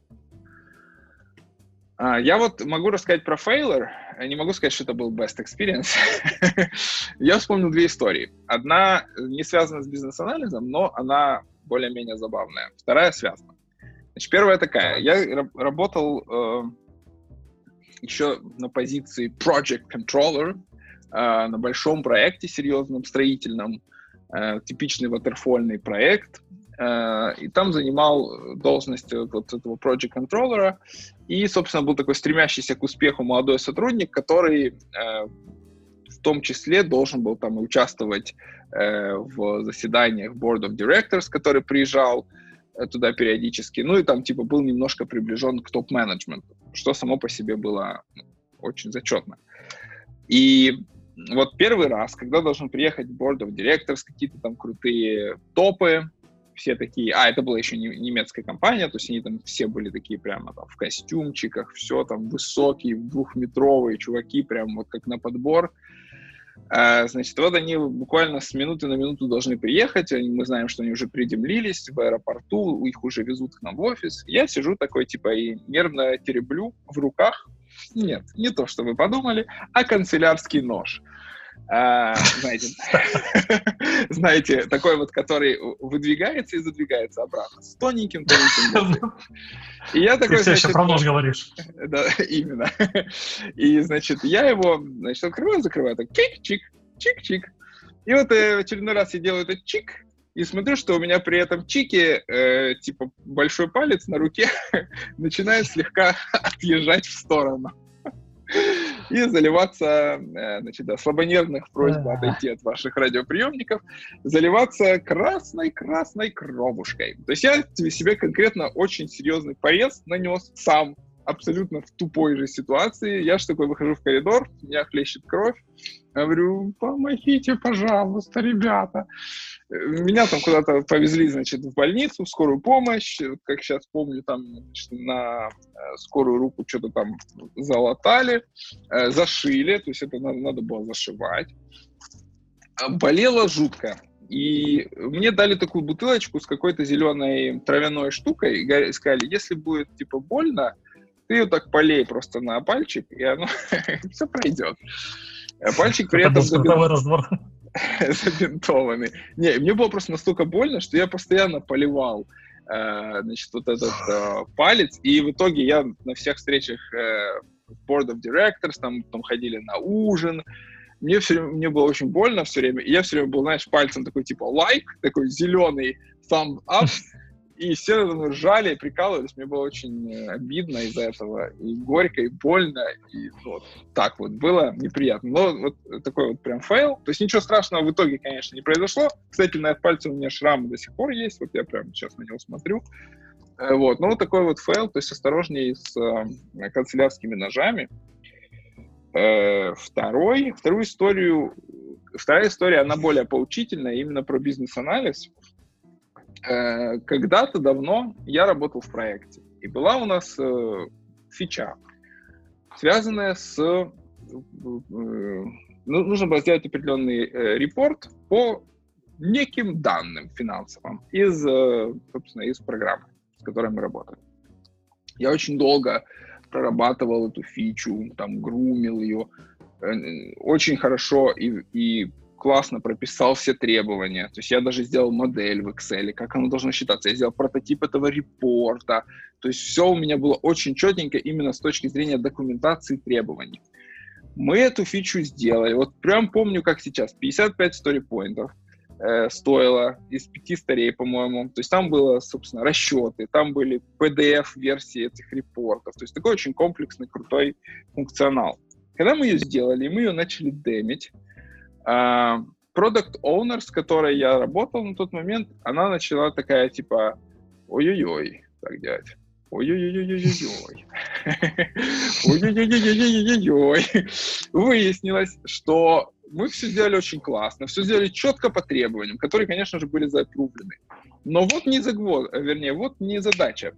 Я вот могу рассказать про failure, не могу сказать, что это был best experience. Я вспомнил 2 истории. Одна не связана с бизнес-анализом, но она более-менее забавная. Вторая связана. Значит, первая такая. Я работал еще на позиции Project Controller на большом проекте серьезном, строительном, типичный ватерфольный проект. И там занимал должность вот этого Project Controller. И, собственно, был такой стремящийся к успеху молодой сотрудник, который в том числе должен был там участвовать в заседаниях Board of Directors, который приезжал туда периодически, ну и там типа был немножко приближен к топ-менеджменту, что само по себе было очень зачетно. И вот первый раз, когда должен приехать Board of Directors, какие-то там крутые топы, все такие, это была еще немецкая компания, то есть они там все были такие прямо там в костюмчиках, все там высокие, 2-метровые чуваки, прям вот как на подбор. Значит, вот они буквально с минуты на минуту должны приехать, мы знаем, что они уже приземлились в аэропорту, их уже везут к нам в офис. Я сижу такой, типа, и нервно тереблю в руках, нет, не то, что вы подумали, а канцелярский нож. Знаете, такой вот, который выдвигается и задвигается обратно, с тоненьким. И я такой, ты все еще про нож говоришь. Да, именно. И, значит, я его, открываю, закрываю, так чик-чик, чик-чик. И вот в очередной раз я делаю этот чик, и смотрю, что у меня при этом чике, типа, большой палец на руке начинает слегка отъезжать в сторону. И заливаться, значит, слабонервных просьб отойти от ваших радиоприемников, заливаться красной кровушкой. То есть я себе конкретно очень серьезный порез нанес сам, абсолютно в тупой же ситуации. Я же такой выхожу в коридор, у меня хлещет кровь. Говорю, помогите, пожалуйста, ребята. Меня там куда-то повезли, значит, в больницу, в скорую помощь. Как сейчас помню, там, значит, на скорую руку что-то там залатали, зашили, то есть это надо было зашивать. Болело жутко. И мне дали такую бутылочку с какой-то зеленой травяной штукой и сказали, если будет, типа, больно, ты ее так полей просто на пальчик, и оно все пройдет. Пальчик при этом забинтованный. Не, мне было просто настолько больно, что я постоянно поливал, значит, вот этот палец, и в итоге я на всех встречах Board of Directors, там ходили на ужин, мне было очень больно все время, и я все время был, знаешь, пальцем такой типа лайк, такой зеленый thumb up, и все ржали, прикалывались, мне было очень обидно из-за этого, и горько, и больно, и вот так вот было неприятно. Но вот такой вот прям фейл, то есть ничего страшного в итоге, конечно, не произошло. Кстати, на пальце у меня шрамы до сих пор есть, вот я прям сейчас на него смотрю. Вот, но вот такой вот фейл, то есть осторожнее с канцелярскими ножами. Вторая история, она более поучительная, именно про бизнес-анализ. Когда-то давно я работал в проекте, и была у нас фича, связанная с... нужно было сделать определенный репорт по неким данным финансовым собственно, из программы, с которой мы работали. Я очень долго прорабатывал эту фичу, там, грумил ее, очень хорошо и классно прописал все требования. То есть я даже сделал модель в Excel, как оно должно считаться. Я сделал прототип этого репорта. То есть все у меня было очень четенько именно с точки зрения документации требований. Мы эту фичу сделали. Вот прям помню, как сейчас. 55 story-поинтов стоило из 5 старей, по-моему. То есть там было, собственно, расчеты, там были PDF-версии этих репортов. То есть такой очень комплексный, крутой функционал. Когда мы ее сделали, мы ее начали демить, Product Owner, с которой я работал на тот момент, она начала такая, типа, ой-ой-ой, так делать. Ой-ой-ой-ой-ой-ой. Ой-ой-ой-ой-ой-ой-ой. Выяснилось, что мы все сделали очень классно, все сделали четко по требованиям, которые, конечно же, были заапрувлены. Но вот не вот не задача.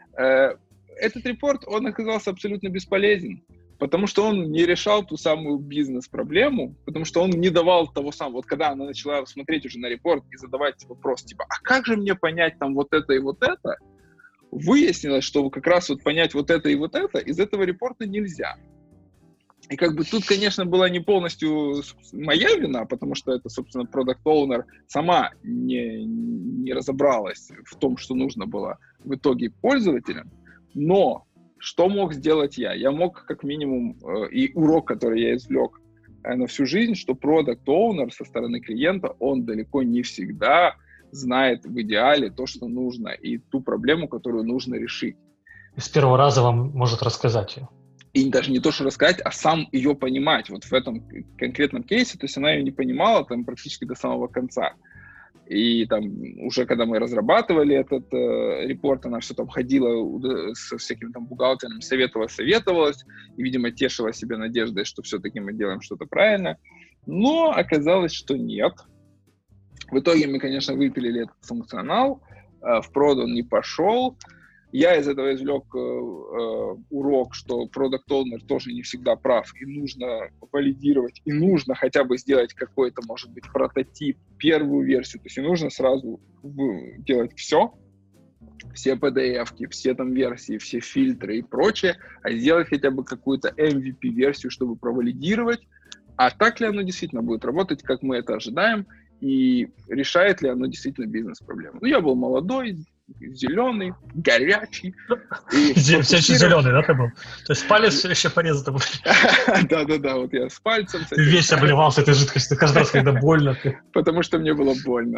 Этот репорт, он оказался абсолютно бесполезен, потому что он не решал ту самую бизнес-проблему, потому что он не давал того самого. Вот когда она начала смотреть уже на репорт и задавать вопрос, типа, а как же мне понять там вот это и вот это, выяснилось, что как раз вот понять вот это и вот это из этого репорта нельзя. И как бы тут, конечно, была не полностью моя вина, потому что это, собственно, Product Owner сама не разобралась в том, что нужно было в итоге пользователям, но что мог сделать я? Я мог, как минимум, и урок, который я извлек на всю жизнь, что Product Owner со стороны клиента, он далеко не всегда знает в идеале то, что нужно, и ту проблему, которую нужно решить. И с первого раза вам может рассказать ее. И даже не то, что рассказать, а сам ее понимать. Вот в этом конкретном кейсе, то есть она ее не понимала там практически до самого конца. И там уже когда мы разрабатывали этот репорт, она все там ходила со всякими там бухгалтерами, советовалась, и, видимо, тешила себя надеждой, что все-таки мы делаем что-то правильно. Но оказалось, что нет. В итоге мы, конечно, выпилили этот функционал, в прод он не пошел. Я из этого извлек урок, что Product Owner тоже не всегда прав, и нужно валидировать, и нужно хотя бы сделать какой-то, может быть, прототип, первую версию. То есть не нужно сразу делать все PDF-ки, все там версии, все фильтры и прочее, а сделать хотя бы какую-то MVP-версию, чтобы провалидировать, а так ли оно действительно будет работать, как мы это ожидаем, и решает ли оно действительно бизнес-проблему. Ну, я был молодой, зеленый, горячий. Все еще зеленый, да, ты был? То есть палец все еще порезан был? Да, вот я с пальцем. Ты весь обливался этой жидкостью каждый раз, когда больно. Потому что мне было больно.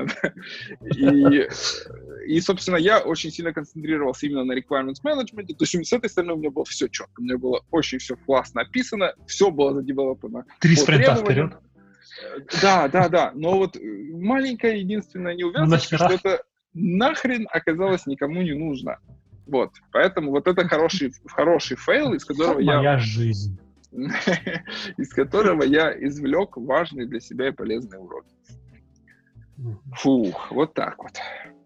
И, собственно, я очень сильно концентрировался именно на requirements management. То есть с этой стороны у меня было все четко. У меня было очень все классно описано, все было задевелоплено. 3 спринта вперед. Да. Но вот маленькая единственная неувязочка, что это нахрен оказалось никому не нужно. Вот. Поэтому вот это хороший фейл, из которого моя жизнь. из которого я извлек важный для себя и полезный урок. Фух, вот так вот.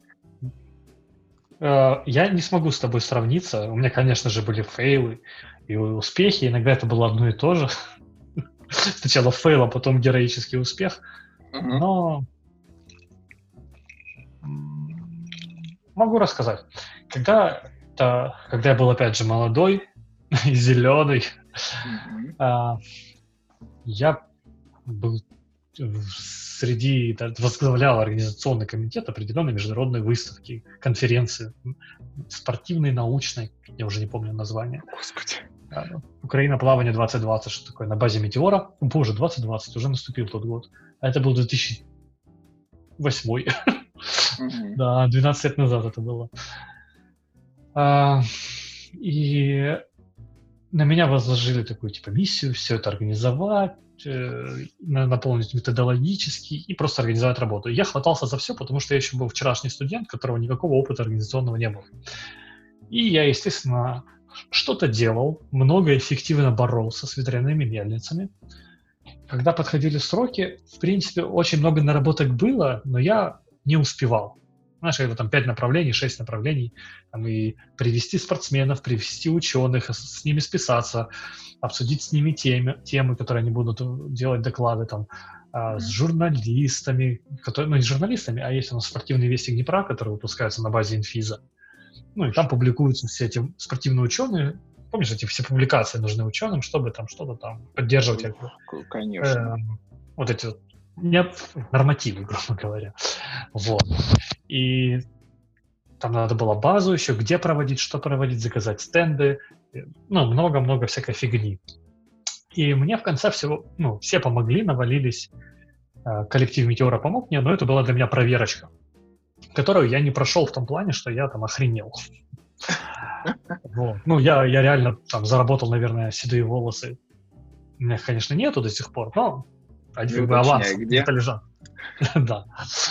Я не смогу с тобой сравниться. У меня, конечно же, были фейлы и успехи. Иногда это было одно и то же. Сначала фейл, а потом героический успех. Но могу рассказать. Когда я был, опять же, молодой и зеленый, я был возглавлял организационный комитет определенной международной выставки, конференции, спортивной, научной, я уже не помню название. Господи. Украина плавание 2020, что такое, на базе Метеора. Боже, 2020, уже наступил тот год. А это был 2008. Да, 12 лет назад это было. И на меня возложили такую миссию все это организовать, наполнить методологически и просто организовать работу. Я хватался за все, потому что я еще был вчерашний студент, которого никакого опыта организационного не было. И я, естественно, что-то делал, много эффективно боролся с ветряными мельницами. Когда подходили сроки, в принципе, очень много наработок было, но я не успевал. Знаешь, это там 5 направлений, 6 направлений, там, и привести спортсменов, привести ученых, с ними списаться, обсудить с ними темы, которые они будут делать доклады там, с журналистами, не журналистами, а есть у нас спортивные вести Днепра, которые выпускаются на базе Инфиза. Ну и там публикуются все эти спортивные ученые. Помнишь, эти все публикации нужны ученым, чтобы там что-то там поддерживать. Конечно. Вот эти нормативы, грубо говоря. Вот. И там надо было базу еще, где проводить, что проводить, заказать стенды, ну, много-много всякой фигни. И мне в конце всего, ну, все помогли, навалились. Коллектив Метеора помог мне, но это была для меня проверочка, которую я не прошел в том плане, что я там охренел. Вот. Ну, я реально там заработал, наверное, седые волосы. У меня, конечно, нету до сих пор, но аванс где-то лежат. Да.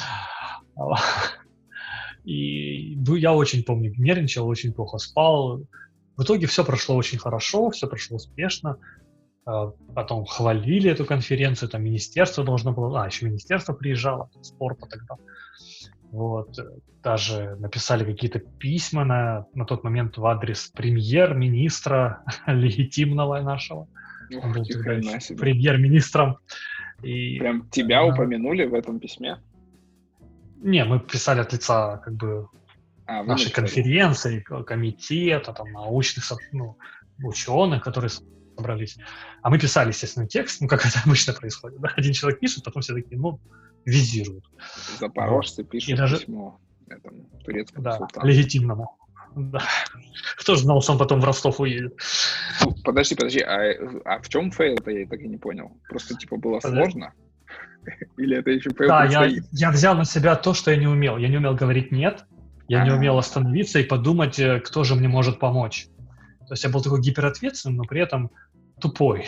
И я очень помню, нервничал, очень плохо спал. В итоге все прошло очень хорошо, все прошло успешно. Потом хвалили эту конференцию, там министерство должно было... еще министерство приезжало, спорта тогда. Вот. Даже написали какие-то письма на тот момент в адрес премьер-министра легитимного нашего. Он был тогда премьер-министром. И, прям тебя упомянули в этом письме? Не, мы писали от лица как бы нашей конференции, комитета, там, научных ученых, которые собрались. А мы писали, естественно, текст, как это обычно происходит. Да? Один человек пишет, потом все такие, визируют. Запорожцы пишут письмо этому турецкому султану. Легитимному. Да. Кто же знал, что он потом в Ростов уедет? Подожди, а в чем фейл-то, я так и не понял? Просто, было сложно? Или это еще фейл? Да, я взял на себя то, что я не умел. Я не умел говорить «нет», я не умел остановиться и подумать, кто же мне может помочь. То есть я был такой гиперответственным, но при этом тупой.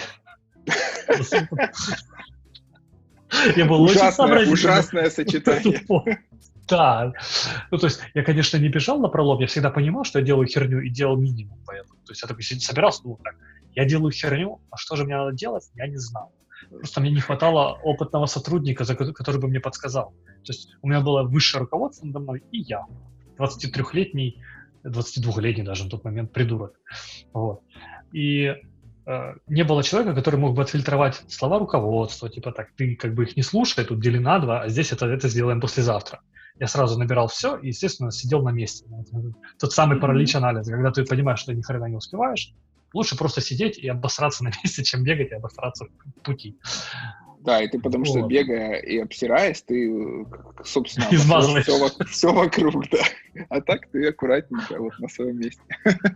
Я был очень сообразительный. Ужасное сочетание. Да. Ну, то есть я, конечно, не бежал напролом, я всегда понимал, что я делаю херню и делал минимум поэтому. То есть я такой собирался, я делаю херню, а что же мне надо делать, я не знал. Просто мне не хватало опытного сотрудника, который бы мне подсказал. То есть у меня было высшее руководство надо мной и я, 23-летний, 22-летний даже на тот момент придурок. Вот. И не было человека, который мог бы отфильтровать слова руководства, ты как бы их не слушай, тут дели на два, а здесь это сделаем послезавтра. Я сразу набирал все и, естественно, сидел на месте. Тот самый паралич анализа, когда ты понимаешь, что ты ни хрена не успеваешь, лучше просто сидеть и обосраться на месте, чем бегать и обосраться в пути. Да, и ты потому что, бегая и обсираясь, ты, собственно, все вокруг, да. А так ты аккуратненько на своем месте.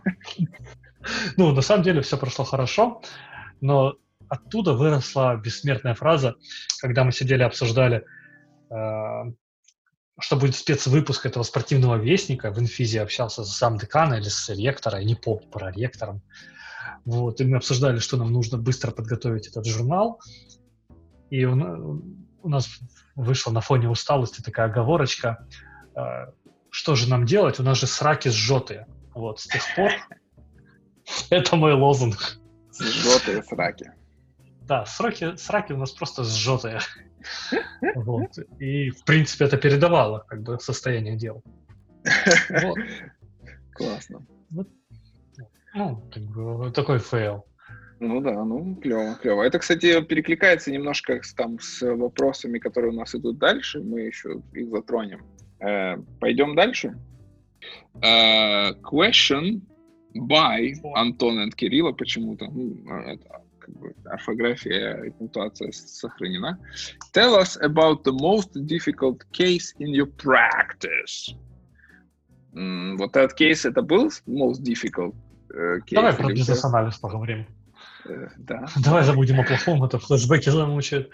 На самом деле все прошло хорошо, но оттуда выросла бессмертная фраза, когда мы сидели, обсуждали, что будет спецвыпуск этого спортивного вестника. В инфизе общался с замдекана или с ректора, я не помню, проректором. Вот, и мы обсуждали, что нам нужно быстро подготовить этот журнал. И у нас вышла на фоне усталости такая оговорочка, что же нам делать, у нас же сраки сжётые. Вот, с тех пор это мой лозунг. Сжётые сраки. Да, сраки у нас просто сжётые. Вот. И, в принципе, это передавало как бы состояние дел. Вот. Классно. Такой фейл. Клево. Это, кстати, перекликается немножко с вопросами, которые у нас идут дальше. Мы еще их затронем. Пойдем дальше. Question by Антон и Кирилла почему-то. Это орфография и пунктуация сохранена. Tell us about the most difficult case in your practice. Вот этот кейс, это был most difficult case? Давай про бизнес-анализ поговорим. Да. Давай забудем о плохом, это флешбеки замучают.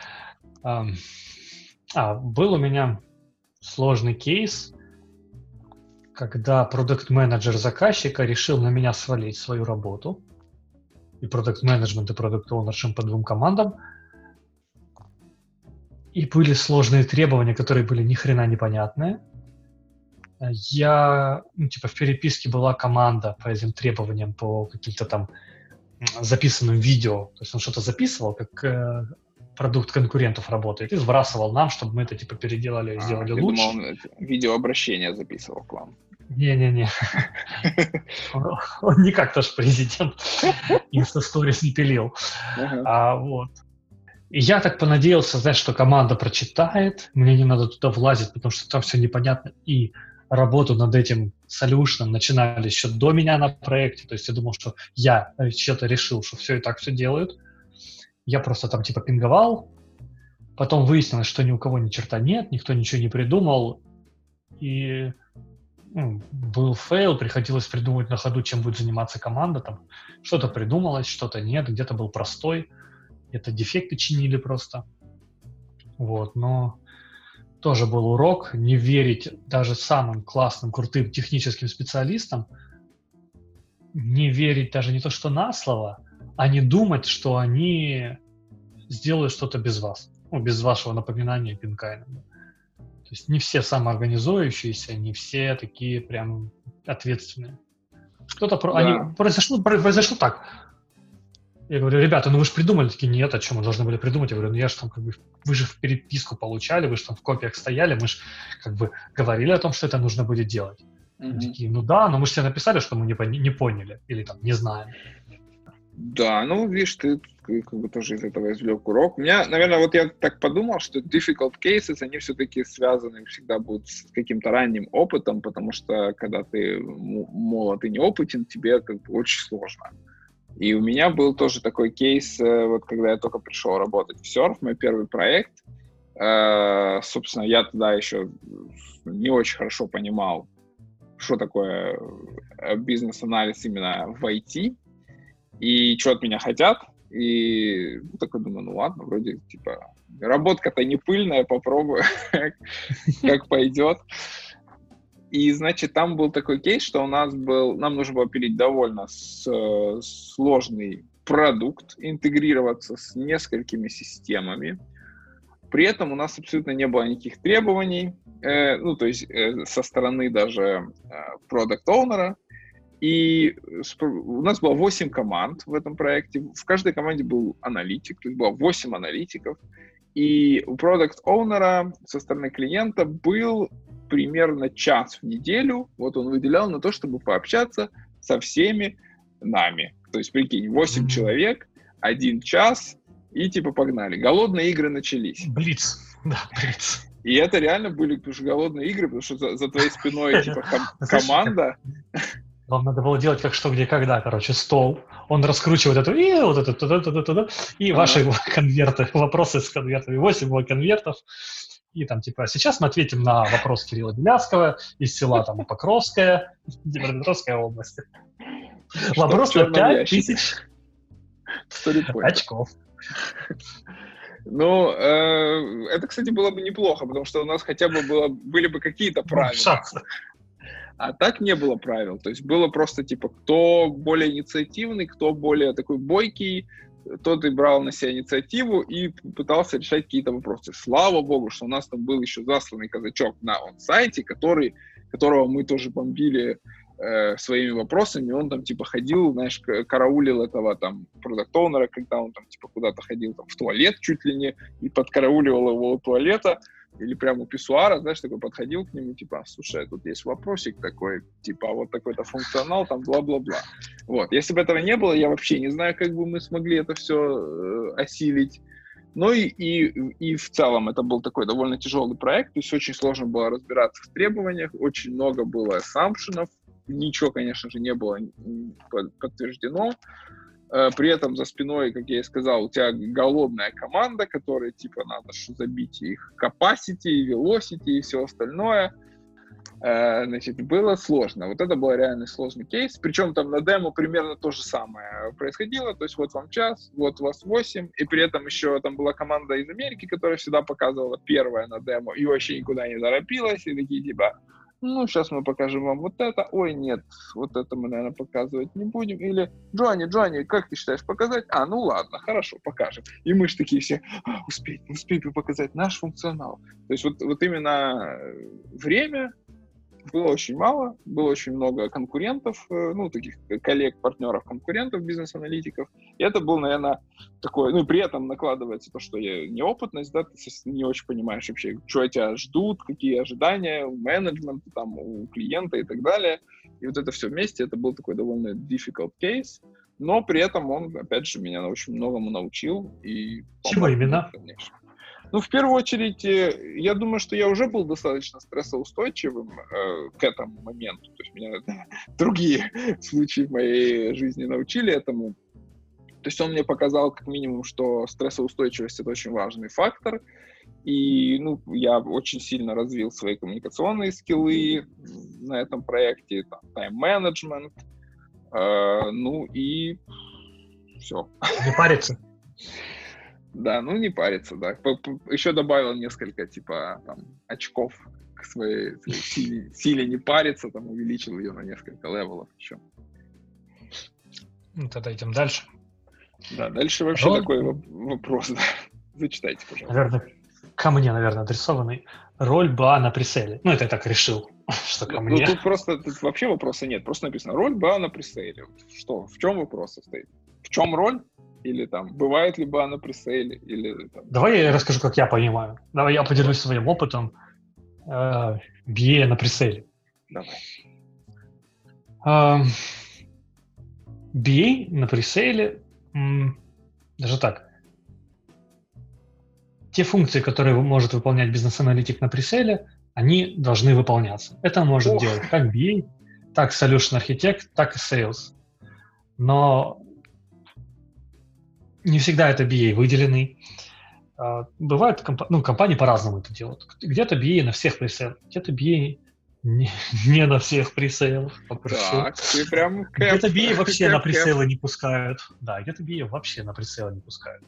Был у меня сложный кейс, когда продакт-менеджер заказчика решил на меня свалить свою работу. И продакт-менеджмент, и продакт-оунершип по 2 командам. И были сложные требования, которые были ни хрена непонятные. В переписке была команда по этим требованиям, по каким-то там записанным видео. То есть он что-то записывал, как продукт конкурентов работает, и сбрасывал нам, чтобы мы это переделали и сделали лучше. Я думал, он видеообращение записывал к вам. Не-не-не. Он не как наш президент Инста-сторис не пилил. Вот. И я так понадеялся, что команда прочитает, мне не надо туда влазить, потому что там все непонятно. И работу над этим солюшном начинали еще до меня на проекте. То есть я думал, что я что-то решил, что все и так все делают. Я просто там пинговал, Потом выяснилось, что ни у кого ни черта нет, никто ничего не придумал, и был фейл, приходилось придумать на ходу, чем будет заниматься команда. Там что-то придумалось, что-то нет, где-то был простой, где-то дефекты чинили просто. Вот, но тоже был урок не верить даже самым классным, крутым техническим специалистам, не верить даже не то что на слово, а не думать, что они сделают что-то без вас, без вашего напоминания, пинка иногда. То есть не все самоорганизующиеся, не все такие прям ответственные. Что-то произошло так. Я говорю, ребята, вы же придумали. Такие, нет, а что мы должны были придумать? Я говорю, я же там вы же в переписку получали, вы же там в копиях стояли, мы же говорили о том, что это нужно будет делать. Они такие, да, но мы же тебе написали, что мы не поняли или там не знаем. Да, видишь, ты тоже из этого извлек урок. У меня, наверное, я так подумал, что difficult cases, они все-таки связаны всегда будут с каким-то ранним опытом, потому что когда ты молод и неопытен, тебе очень сложно. И у меня был тоже такой кейс, когда я только пришел работать в Surf, мой первый проект. Собственно, я тогда еще не очень хорошо понимал, что такое бизнес-анализ именно в IT, и что от меня хотят. И такой думаю, ладно, вроде, работка-то не пыльная, попробую, как пойдет. И, значит, там был такой кейс, что нам нужно было пилить довольно сложный продукт, интегрироваться с несколькими системами. При этом у нас абсолютно не было никаких требований, то есть со стороны даже продакт-оунера. И у нас было 8 команд в этом проекте. В каждой команде был аналитик, то есть было 8 аналитиков. И у продакт-оунера со стороны клиента был примерно час в неделю. Вот он выделял на то, чтобы пообщаться со всеми нами. То есть, прикинь, 8 человек, 1 час, и погнали. Голодные игры начались. Блиц. Да, блиц. И это реально были голодные игры, потому что за твоей спиной команда... Вам надо было делать как что, где, когда, стол. Он раскручивает эту, и ваши конверты, вопросы с конвертами, 8 конвертов. И сейчас мы ответим на вопрос Кирилла Беляцкого из села Покровская, Днепропетровской области. Вопрос на 5000 очков. Это, кстати, было бы неплохо, потому что у нас хотя бы были бы какие-то правила. А так не было правил. То есть было просто кто более инициативный, кто более такой бойкий, тот и брал на себя инициативу и пытался решать какие-то вопросы. Слава богу, что у нас там был еще засланный казачок на он-сайте, которого мы тоже бомбили своими вопросами. Он ходил, караулил этого продакт-оунера, когда он куда-то ходил в туалет чуть ли не, и подкарауливал его у туалета. Или прямо у писсуара, такой подходил к нему, слушай, тут есть вопросик такой, вот такой-то функционал, бла-бла-бла. Вот, если бы этого не было, я вообще не знаю, как бы мы смогли это все осилить. И в целом это был такой довольно тяжелый проект, то есть очень сложно было разбираться в требованиях, очень много было ассампшенов, ничего, конечно же, не было подтверждено. При этом за спиной, как я и сказал, у тебя голодная команда, которой надо забить их capacity, velocity и все остальное. Было сложно. Вот это был реально сложный кейс. Причем на демо примерно то же самое происходило. То есть вот вам час, вот у вас 8. И при этом еще там была команда из Америки, которая всегда показывала первое на демо и вообще никуда не торопилась. И такие сейчас мы покажем вам вот это. Ой, нет, вот это мы, наверное, показывать не будем. Или, Джонни, как ты считаешь, показать? Ладно, хорошо, покажем. И мы же такие все, успеть бы показать наш функционал. То есть вот именно время было очень мало, было очень много конкурентов, таких коллег, партнеров, конкурентов, бизнес-аналитиков. И это был, наверное, такой, при этом накладывается то, что неопытность, ты не очень понимаешь вообще, что от тебя ждут, какие ожидания у менеджмента, у клиента и так далее. И вот это все вместе, это был такой довольно difficult case, но при этом он, опять же, меня очень многому научил. И чего именно? Конечно. В первую очередь, я думаю, что я уже был достаточно стрессоустойчивым к этому моменту. То есть меня другие случаи в моей жизни научили этому. То есть он мне показал как минимум, что стрессоустойчивость — это очень важный фактор. И я очень сильно развил свои коммуникационные скиллы на этом проекте, тайм-менеджмент, и все. Не париться. Да, не париться, да. Еще добавил несколько, очков к своей силе не париться, увеличил ее на несколько левелов еще. Тогда идем дальше. Да, дальше вообще такой вопрос, да. Зачитайте, пожалуйста. Наверное, ко мне, адресованный. Роль БА на преселе. Это я так решил, что ко мне. Тут вообще вопроса нет. Просто написано роль БА на преселе. Что? В чем вопрос состоит? В чем роль? Или бывает ли БА на пресейле? Или, Давай я расскажу, как я понимаю. Давай я поделюсь своим опытом BA на преселе. Давай. BA на преселе, даже так, те функции, которые может выполнять бизнес-аналитик на преселе, они должны выполняться. Это может делать как BA, так Solution Architect, так и Sales. Но не всегда это BA выделенный. Бывает, компании по-разному это делают. Где-то BA на всех преселах, где-то BA не на всех пресейлах. Так, ты прям... Где-то BA вообще на пресейлы не пускают. Да, где-то BA вообще на пресейлы не пускают.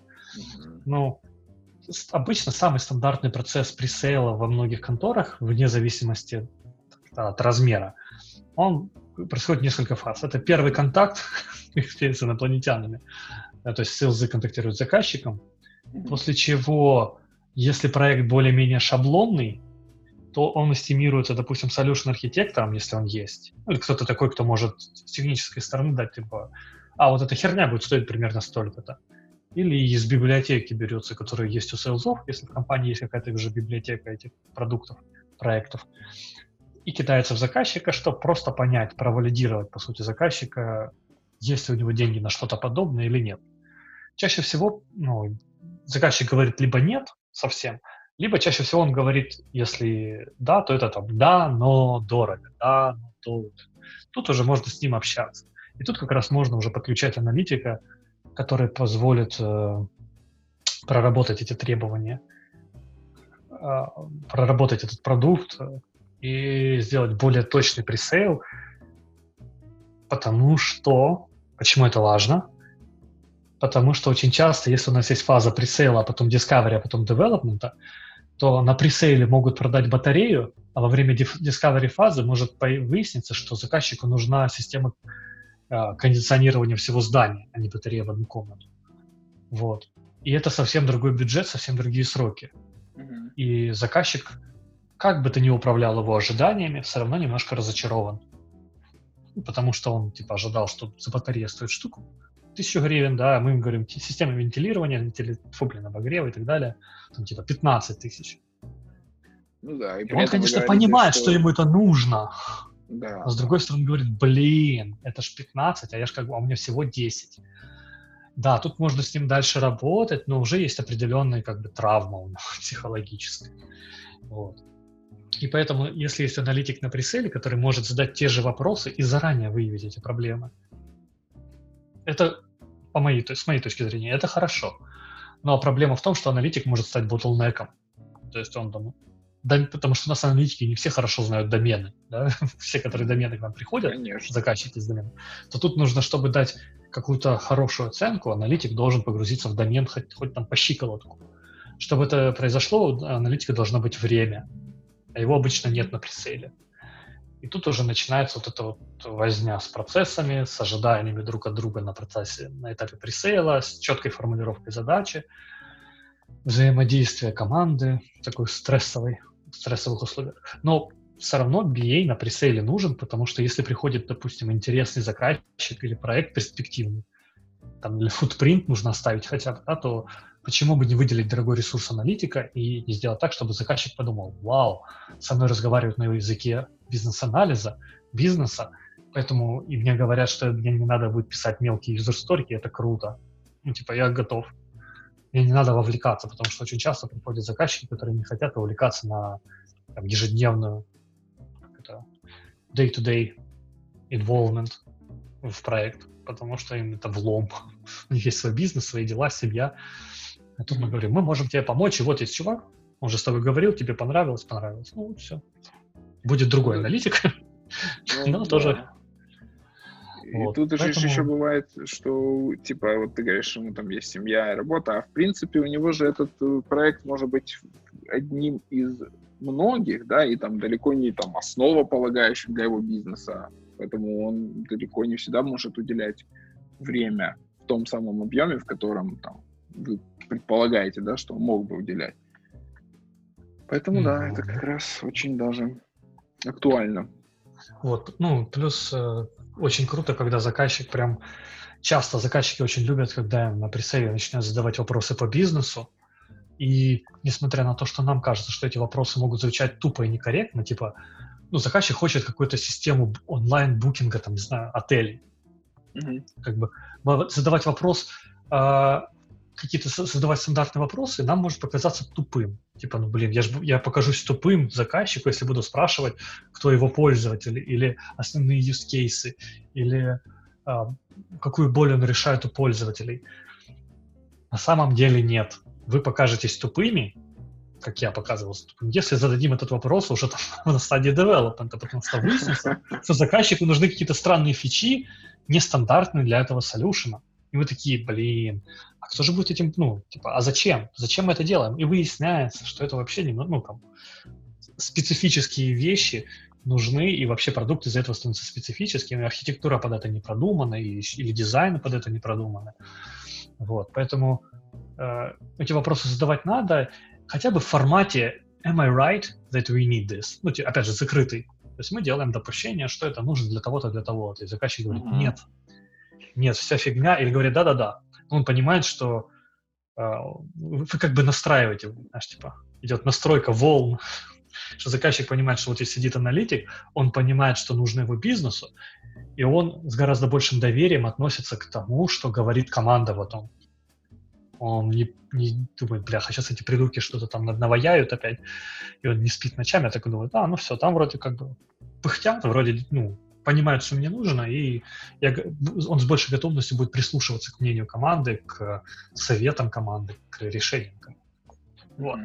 Обычно самый стандартный процесс пресейла во многих конторах, вне зависимости от размера, он происходит несколько фаз. Это первый контакт с инопланетянами. То есть селзы контактируют с заказчиком, после чего, если проект более-менее шаблонный, то он эстимируется, допустим, solution архитектором, если он есть. Или кто-то такой, кто может с технической стороны дать, вот эта херня будет стоить примерно столько-то. Или из библиотеки берется, которая есть у сейлзов, если в компании есть какая-то уже библиотека этих продуктов, проектов, и кидается в заказчика, чтобы просто понять, провалидировать, по сути, заказчика, есть ли у него деньги на что-то подобное или нет. Чаще всего заказчик говорит либо нет совсем, либо чаще всего он говорит, если да, то это да, но дорого, да, но то. Тут уже можно с ним общаться. И тут как раз можно уже подключать аналитика, который позволит проработать эти требования, проработать этот продукт и сделать более точный пресейл, почему это важно? Потому что очень часто, если у нас есть фаза пресейла, а потом discovery, а потом девелопмента, то на пресейле могут продать батарею, а во время discovery фазы может выясниться, что заказчику нужна система кондиционирования всего здания, а не батарея в одну комнату. Вот. И это совсем другой бюджет, совсем другие сроки. И заказчик, как бы ты ни управлял его ожиданиями, все равно немножко разочарован. Потому что он ожидал, что за батарея стоит штуку 1000 гривен, да, мы им говорим, система вентилирования, обогрева и так далее, 15 тысяч. Да, и он, конечно, понимает, что ему это нужно. Да. Но с другой стороны говорит, это ж 15, а у меня всего 10. Да, тут можно с ним дальше работать, но уже есть определенная травма у него психологическая. Вот. И поэтому, если есть аналитик на преселе, который может задать те же вопросы и заранее выявить эти проблемы, это, с моей точки зрения, это хорошо. Но проблема в том, что аналитик может стать ботлнеком. То есть он потому что у нас аналитики не все хорошо знают домены. Да? Все, которые домены к нам приходят, Конечно. Заказчики из домена, то тут нужно, чтобы дать какую-то хорошую оценку, аналитик должен погрузиться в домен хоть по щиколотку. Чтобы это произошло, у аналитика должно быть время, а его обычно нет на пресейле. И тут уже начинается эта возня с процессами, с ожиданиями друг от друга на этапе пресейла, с четкой формулировкой задачи, взаимодействие команды в такой стрессовых условиях. Но все равно BA на пресейле нужен, потому что если приходит, допустим, интересный заказчик или проект перспективный, или футпринт нужно оставить хотя бы, да, то почему бы не выделить дорогой ресурс аналитика и не сделать так, чтобы заказчик подумал, вау, со мной разговаривают на языке бизнес-анализа, бизнеса, поэтому и мне говорят, что мне не надо будет писать мелкие юзер-сторики, это круто. Я готов. Мне не надо вовлекаться, потому что очень часто приходят заказчики, которые не хотят вовлекаться на ежедневную day-to-day involvement в проект. потому что им это влом. У них есть свой бизнес, свои дела, семья. А тут мы говорим, мы можем тебе помочь, и вот есть чувак, он же с тобой говорил, тебе понравилось. Ну, вот все. Будет другой аналитик, но тоже. И тут же еще бывает, что, типа, вот ты говоришь, ему там есть семья и работа, а в принципе у него же этот проект может быть одним из многих, да, и там далеко не там основополагающим для его бизнеса, поэтому он далеко не всегда может уделять время в том самом объеме, в котором там вы предполагаете, да, что он мог бы уделять. Поэтому, да, это как раз очень даже актуально. Вот, ну, плюс очень круто, когда заказчик прям... Часто заказчики очень любят, когда им на пресейле начинают задавать вопросы по бизнесу, и несмотря на то, что нам кажется, что эти вопросы могут звучать тупо и некорректно, типа, ну, заказчик хочет какую-то систему онлайн-букинга, там, не знаю, отелей. Как бы задавать вопрос, задавать стандартные вопросы нам может показаться тупым. Типа, ну, блин, я покажусь тупым заказчику, если буду спрашивать, кто его пользователь, или основные use cases, или какую боль он решает у пользователей. На самом деле нет. Вы покажетесь тупыми, как я показывался тупым, если зададим этот вопрос уже там на стадии девелопмента, потому что выяснится, что заказчику нужны какие-то странные фичи, нестандартные для этого солюшена. И вы такие, блин, а кто же будет этим, ну, типа, а зачем? Зачем мы это делаем? И выясняется, что это вообще не, ну, там, специфические вещи нужны, и вообще продукт из-за этого становится специфическим, и архитектура под это не продумана, или дизайн под это не продуманы. Вот, поэтому эти вопросы задавать надо хотя бы в формате «Am I right that we need this?» Ну, опять же, закрытый. То есть мы делаем допущение, что это нужно для того-то, для того-то. И заказчик говорит, нет, вся фигня. Или говорит, да-да-да. Он понимает, что вы как бы настраиваете, знаешь, типа, идет настройка волн, что заказчик понимает, что вот здесь сидит аналитик, он понимает, что нужно его бизнесу, и он с гораздо большим доверием относится к тому, что говорит команда потом. Он не думает, бляха, сейчас эти придурки что-то там наваяют опять, и он не спит ночами, а так думает, ну все, там вроде как бы пыхтят, вроде, ну, понимают, что мне нужно, и он с большей готовностью будет прислушиваться к мнению команды, к советам команды, к решениям. Вот.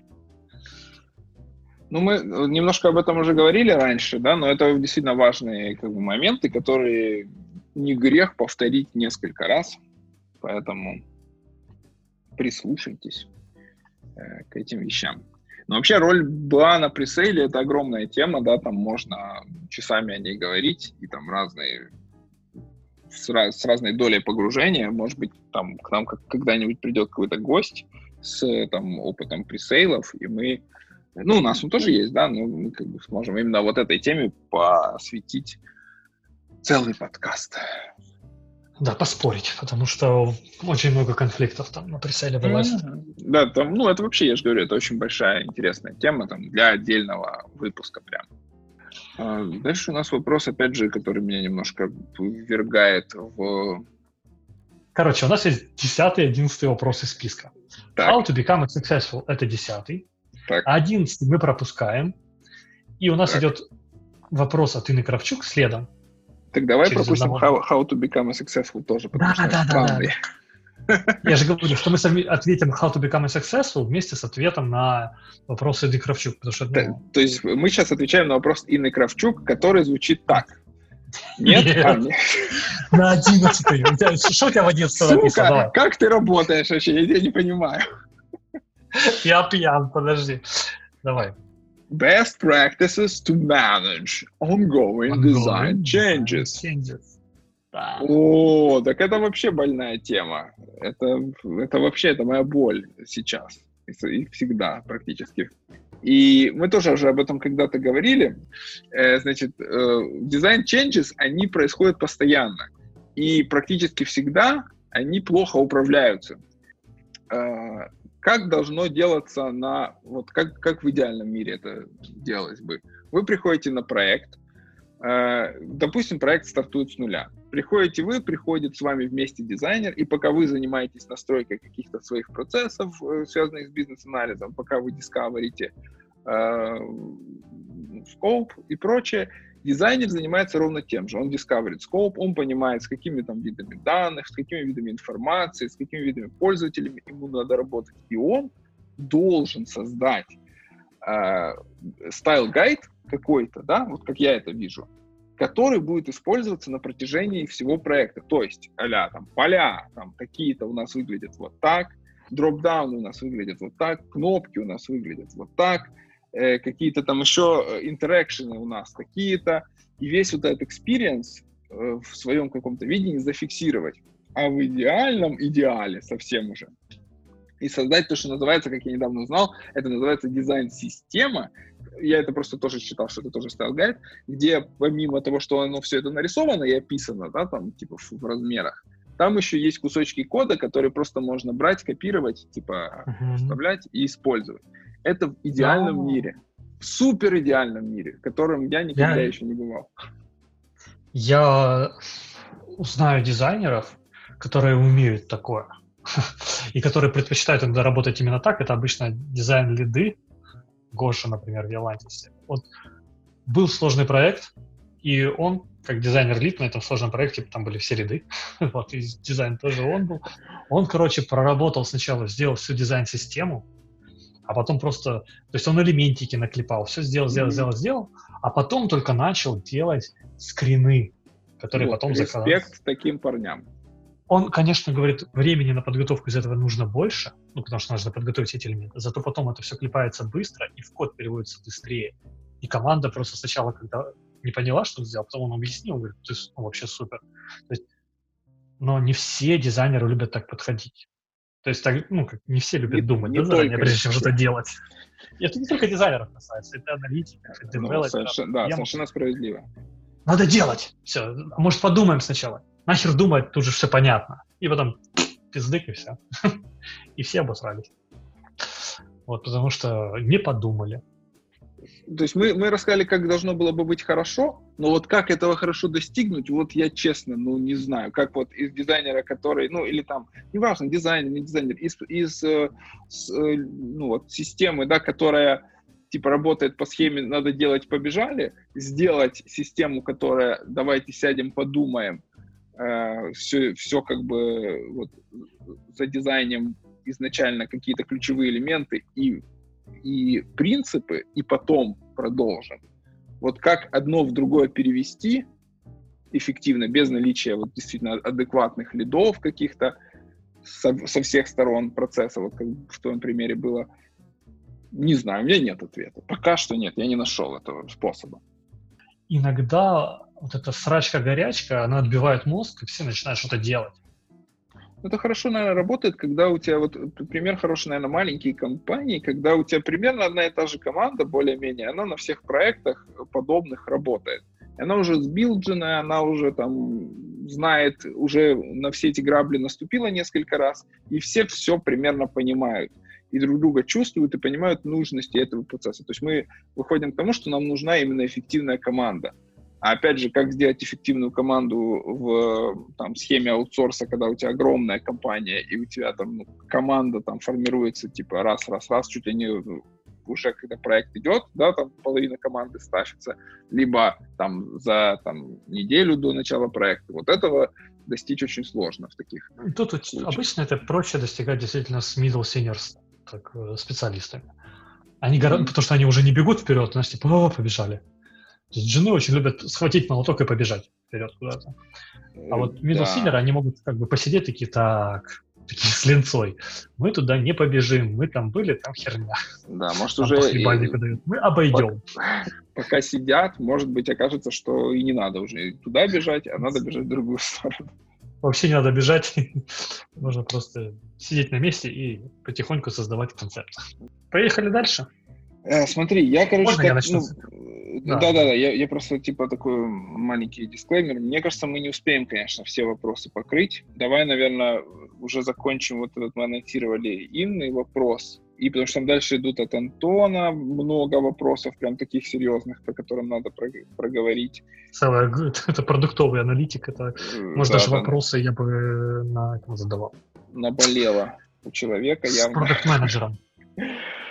Ну, мы немножко об этом уже говорили раньше, да, но это действительно важные как бы моменты, которые не грех повторить несколько раз, поэтому прислушайтесь к этим вещам. Но вообще роль БА на пресейле — это огромная тема, да, там можно часами о ней говорить, и там разные, с разной долей погружения, может быть, там к нам когда-нибудь придет какой-то гость с там опытом пресейлов, и мы, ну, у нас он тоже есть, да, но мы как бы сможем именно вот этой теме посвятить целый подкаст. Да, поспорить, потому что очень много конфликтов там на пресейле вылазит. Да, там, ну, это вообще, я же говорю, это очень большая интересная тема там для отдельного выпуска прям. Дальше у нас вопрос, опять же, который меня немножко ввергает в... Короче, у нас есть 10-й, 11-й вопрос из списка. Так. How to become a successful — это 10-й. А 11-й мы пропускаем. И у нас идет вопрос от Инны Кравчук следом. Так давай пропустим how to become a successful тоже, потому что странный. Я же говорю, что мы ответим how to become a successful вместе с ответом на вопрос Инны Кравчук. Потому что, То есть мы сейчас отвечаем на вопрос Инны Кравчук, который звучит так. Нет? Нет. На 11-й. Что у тебя в 11-й написано? Сука, как ты работаешь вообще? Я тебя не понимаю. Я пьян, подожди. Давай. Best practices to manage ongoing design changes. Да. О, так это вообще больная тема. Это вообще, это моя боль сейчас. И всегда практически. И мы тоже уже об этом когда-то говорили. Значит, design changes, они происходят постоянно. И практически всегда они плохо управляются. Как должно делаться вот как в идеальном мире это делалось бы? Вы приходите на проект, допустим, проект стартует с нуля. Приходит с вами вместе дизайнер, и пока вы занимаетесь настройкой каких-то своих процессов, связанных с бизнес-анализом, пока вы дискаверите скоп и прочее, Дизайнер занимается ровно тем же. Он discovered scope, он понимает, с какими там видами данных, с какими видами информации, с какими видами пользователей ему надо работать. И он должен создать стайл-гайд какой-то, да, вот как я это вижу, который будет использоваться на протяжении всего проекта. То есть, а-ля, там, поля, там, какие-то у нас выглядят вот так, дропдауны у нас выглядят вот так, кнопки у нас выглядят вот так, какие-то там еще интеракшены у нас какие-то, и весь вот этот experience в своем каком-то видении зафиксировать. А в идеальном идеале совсем уже и создать то, что называется, как я недавно узнал, это называется дизайн-система. Я это просто тоже считал, что это тоже стайл-гайд, где помимо того, что оно все это нарисовано и описано, да, там, типа, в размерах, там еще есть кусочки кода, которые просто можно брать, копировать, типа, вставлять и использовать. Это в идеальном мире, в супер идеальном мире, в котором я никогда еще не бывал. Я знаю дизайнеров, которые умеют такое, и которые предпочитают иногда работать именно так. Это обычно дизайн-лиды, Гоша, например, в Ялантисе. Вот был сложный проект, и он, как дизайнер-лид на этом сложном проекте, там были все лиды, вот, и дизайн тоже он был. Он, короче, проработал сначала, сделал всю дизайн-систему, а потом просто, то есть он элементики наклепал, все сделал, а потом только начал делать скрины, которые потом заказал. Респект таким парням. Он, конечно, говорит, времени на подготовку из этого нужно больше, ну, потому что нужно подготовить эти элементы, зато потом это все клепается быстро, и в код переводится быстрее. И команда просто сначала, когда не поняла, что он сделал, потом он объяснил, говорит, ты вообще супер. То есть, но не все дизайнеры любят так подходить. То есть, так, ну, как не все любят думать, да, заранее, прежде чем что-то делать. И это не только дизайнеров касается, это аналитиков, это девелоперов. Да, совершенно справедливо. Надо делать! Все, может, подумаем сначала. Нахер думать, тут же все понятно. И потом пиздык, и все. И все обосрались. Вот, потому что не подумали. То есть мы рассказали, как должно было бы быть хорошо, но вот как этого хорошо достигнуть, вот я честно, не знаю. Как вот из дизайнера, который, или там, неважно, дизайнер, не дизайнер, из системы, да, которая типа работает по схеме «надо делать, побежали», сделать систему, которая «давайте сядем, подумаем», все как бы вот за дизайном изначально какие-то ключевые элементы и принципы, и потом продолжим. Вот как одно в другое перевести эффективно, без наличия вот действительно адекватных лидов каких-то со всех сторон процесса, вот как в твоем примере было, не знаю, у меня нет ответа. Пока что нет, я не нашел этого способа. Иногда вот эта срачка-горячка, она отбивает мозг, и все начинают что-то делать. Это хорошо, наверное, работает, когда у тебя, вот пример хороший, наверное, маленькие компании, когда у тебя примерно одна и та же команда, более-менее, она на всех проектах подобных работает. И она уже сбилдженная, она уже там знает, уже на все эти грабли наступила несколько раз, и все примерно понимают. И друг друга чувствуют и понимают нужности этого процесса. То есть мы выходим к тому, что нам нужна именно эффективная команда. А опять же, как сделать эффективную команду в схеме аутсорса, когда у тебя огромная компания, и у тебя там команда там формируется типа раз, чуть ли не уже когда проект идет, да, там половина команды стащится, либо там за неделю до начала проекта. Вот этого достичь очень сложно в таких случаях. Обычно это проще достигать действительно с middle seniors, так, специалистами. Они потому что они уже не бегут вперед, у нас типа, побежали. То есть жены очень любят схватить молоток и побежать вперед куда-то. А вот middle senior, они могут как бы посидеть такие с линцой. Мы туда не побежим, мы там были, там херня. Да, может там уже... Похлебальнику дают. Мы обойдем. Пока сидят, может быть, окажется, что и не надо уже туда бежать, а надо бежать в другую сторону. Вообще не надо бежать. Можно просто сидеть на месте и потихоньку создавать концепт. Поехали дальше. Смотри, я, короче... Можно я начну? Да, я просто такой маленький дисклеймер. Мне кажется, мы не успеем, конечно, все вопросы покрыть. Давай, наверное, уже закончим вот этот, мы анонсировали Инный вопрос. И потому что там дальше идут от Антона много вопросов, прям таких серьезных, по которым надо проговорить. Это продуктовый аналитик, это, может, даже вопросы я бы на этом задавал. Наболело у человека явно. С продакт-менеджером.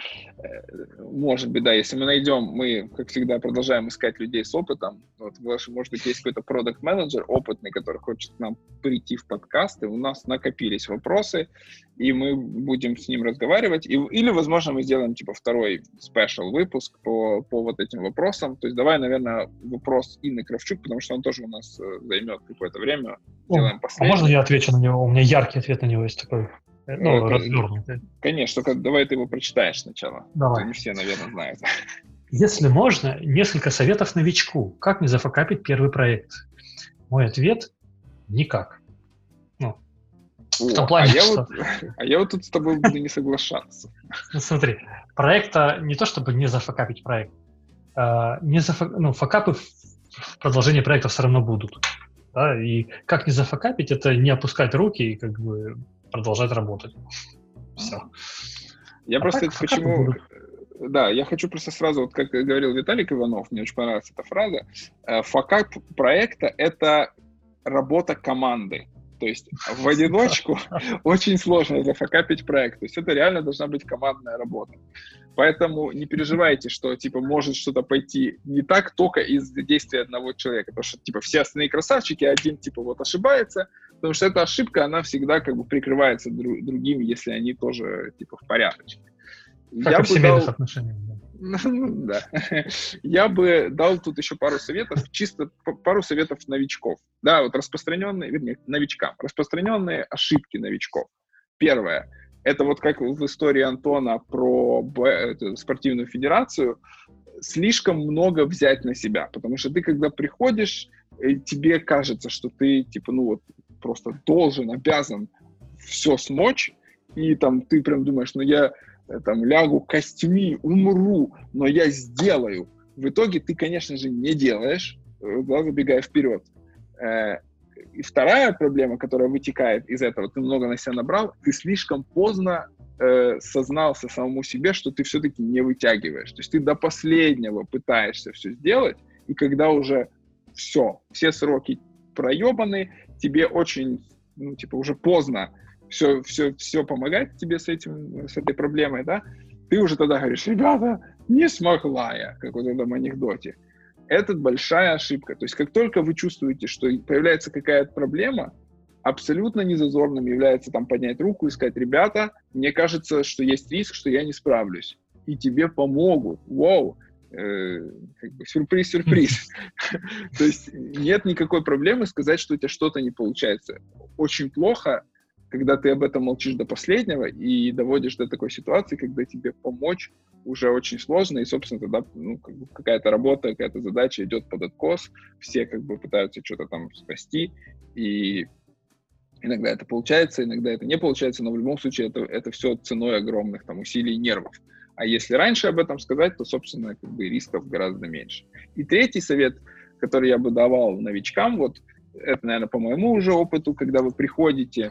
Может быть, да, если мы найдем, мы, как всегда, продолжаем искать людей с опытом. Вот, может быть, есть какой-то продакт-менеджер опытный, который хочет к нам прийти в подкаст, и у нас накопились вопросы, и мы будем с ним разговаривать. Или, возможно, мы сделаем, типа, второй спешл выпуск по вот этим вопросам. То есть давай, наверное, вопрос Инны Кравчук, потому что он тоже у нас займет какое-то время. Сделаем последний. А можно я отвечу на него? У меня яркий ответ на него есть такой. Развернутый. Конечно, только давай ты его прочитаешь сначала. Давай. Не все, наверное, знают. Если можно, несколько советов новичку. Как не зафакапить первый проект? Мой ответ – никак. В том плане, я вот тут с тобой буду не соглашаться. Ну, смотри, проекта не то, чтобы не зафакапить проект. Факапы в продолжении проекта все равно будут. Да? И как не зафакапить, это не опускать руки и как бы продолжать работать. Все. Я просто почему... Да, я хочу просто сразу, вот как говорил Виталик Иванов, мне очень понравилась эта фраза, факап проекта — это работа команды. То есть в одиночку очень сложно зафакапить проект. То есть это реально должна быть командная работа. Поэтому не переживайте, что типа может что-то пойти не так только из-за действия одного человека. Потому что типа все остальные красавчики, один типа вот ошибается, потому что эта ошибка, она всегда как бы прикрывается другими, если они тоже типа в порядке. Как и в семейных отношениях. Да. Я бы дал тут еще пару советов, чисто пару советов новичков. Да, вот новичкам. Распространенные ошибки новичков. Первое. Это вот как в истории Антона про спортивную федерацию. Слишком много взять на себя. Потому что ты, когда приходишь, тебе кажется, что ты, типа, просто должен, обязан все смочь. И там ты прям думаешь, я лягу костьми, умру, но я сделаю. В итоге ты, конечно же, не делаешь, да, забегая вперед. И вторая проблема, которая вытекает из этого, ты много на себя набрал, ты слишком поздно сознался самому себе, что ты все-таки не вытягиваешь. То есть ты до последнего пытаешься все сделать, и когда уже все сроки проебаны, тебе очень, уже поздно все помогать тебе с этой проблемой, да, ты уже тогда говоришь, ребята, не смогла я, как в этом анекдоте. Это большая ошибка. То есть как только вы чувствуете, что появляется какая-то проблема, абсолютно незазорным является там поднять руку и сказать, ребята, мне кажется, что есть риск, что я не справлюсь. И тебе помогут. Вау! Сюрприз-сюрприз. То есть нет никакой проблемы сказать, что у тебя что-то не получается. Очень плохо, когда ты об этом молчишь до последнего и доводишь до такой ситуации, когда тебе помочь уже очень сложно, и, собственно, тогда какая-то работа, какая-то задача идет под откос, все пытаются что-то там спасти, и иногда это получается, иногда это не получается, но в любом случае это все ценой огромных усилий и нервов. А если раньше об этом сказать, то, собственно, рисков гораздо меньше. И третий совет, который я бы давал новичкам, это, наверное, по моему уже опыту, когда вы приходите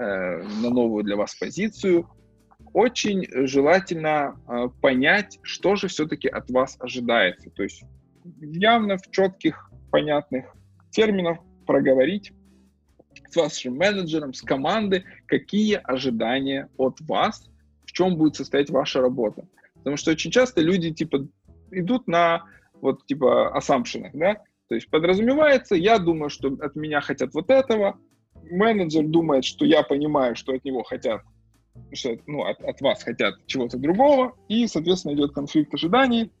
на новую для вас позицию, очень желательно понять, что же все-таки от вас ожидается. То есть явно в четких, понятных терминах проговорить с вашим менеджером, с командой, какие ожидания от вас, в чем будет состоять ваша работа. Потому что очень часто люди идут на assumption'ах, да? То есть подразумевается, я думаю, что от меня хотят вот этого, менеджер думает, что я понимаю, что от него хотят, что, от вас хотят чего-то другого, и, соответственно, идет конфликт ожиданий,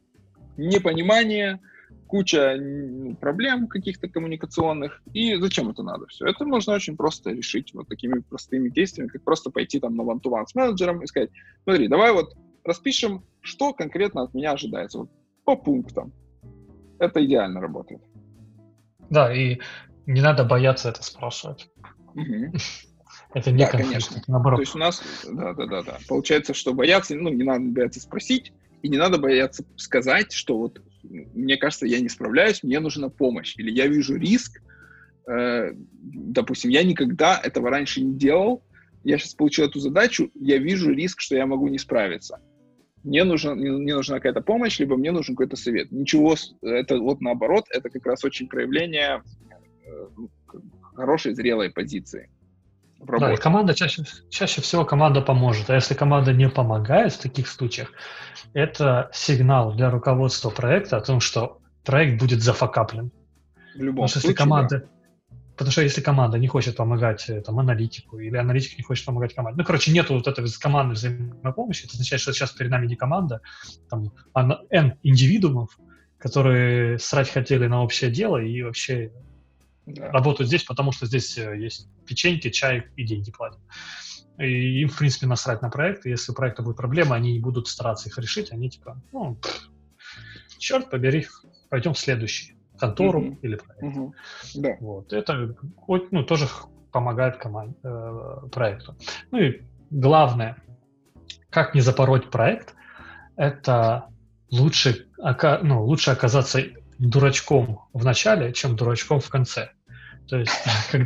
непонимание, куча проблем каких-то коммуникационных, и зачем это надо все? Это можно очень просто решить такими простыми действиями, как просто пойти на one-to-one с менеджером и сказать, смотри, давай распишем, что конкретно от меня ожидается, по пунктам. Это идеально работает. Да, и не надо бояться это спрашивать. Угу. Это не конфликт, это наоборот. То есть у нас, да. Получается, что бояться, не надо бояться спросить, и не надо бояться сказать, что мне кажется, я не справляюсь, мне нужна помощь, или я вижу риск, допустим, я никогда этого раньше не делал, я сейчас получил эту задачу, я вижу риск, что я могу не справиться. Мне нужна какая-то помощь, либо мне нужен какой-то совет. Ничего, это наоборот, это как раз очень проявление хорошей, зрелой позиции. в Да, и работе. команда чаще всего команда поможет. А если команда не помогает в таких случаях, это сигнал для руководства проекта о том, что проект будет зафакаплен. В любом Потому случае, да. Потому что если команда не хочет помогать там, аналитику, или аналитик не хочет помогать команде, ну, короче, нету вот этой командной взаимопомощи, это означает, что сейчас перед нами не команда, там, а N индивидуумов, которые срать хотели на общее дело и вообще работают здесь, потому что здесь есть печеньки, чай и деньги платят. И им, в принципе, насрать на проект, и если у проекта будет проблема, они не будут стараться их решить, они типа, черт побери, пойдем в следующий. Контору или проект. Да. Вот. Это тоже помогает проекту. Ну и главное, как не запороть проект, это лучше оказаться дурачком в начале, чем дурачком в конце. То есть,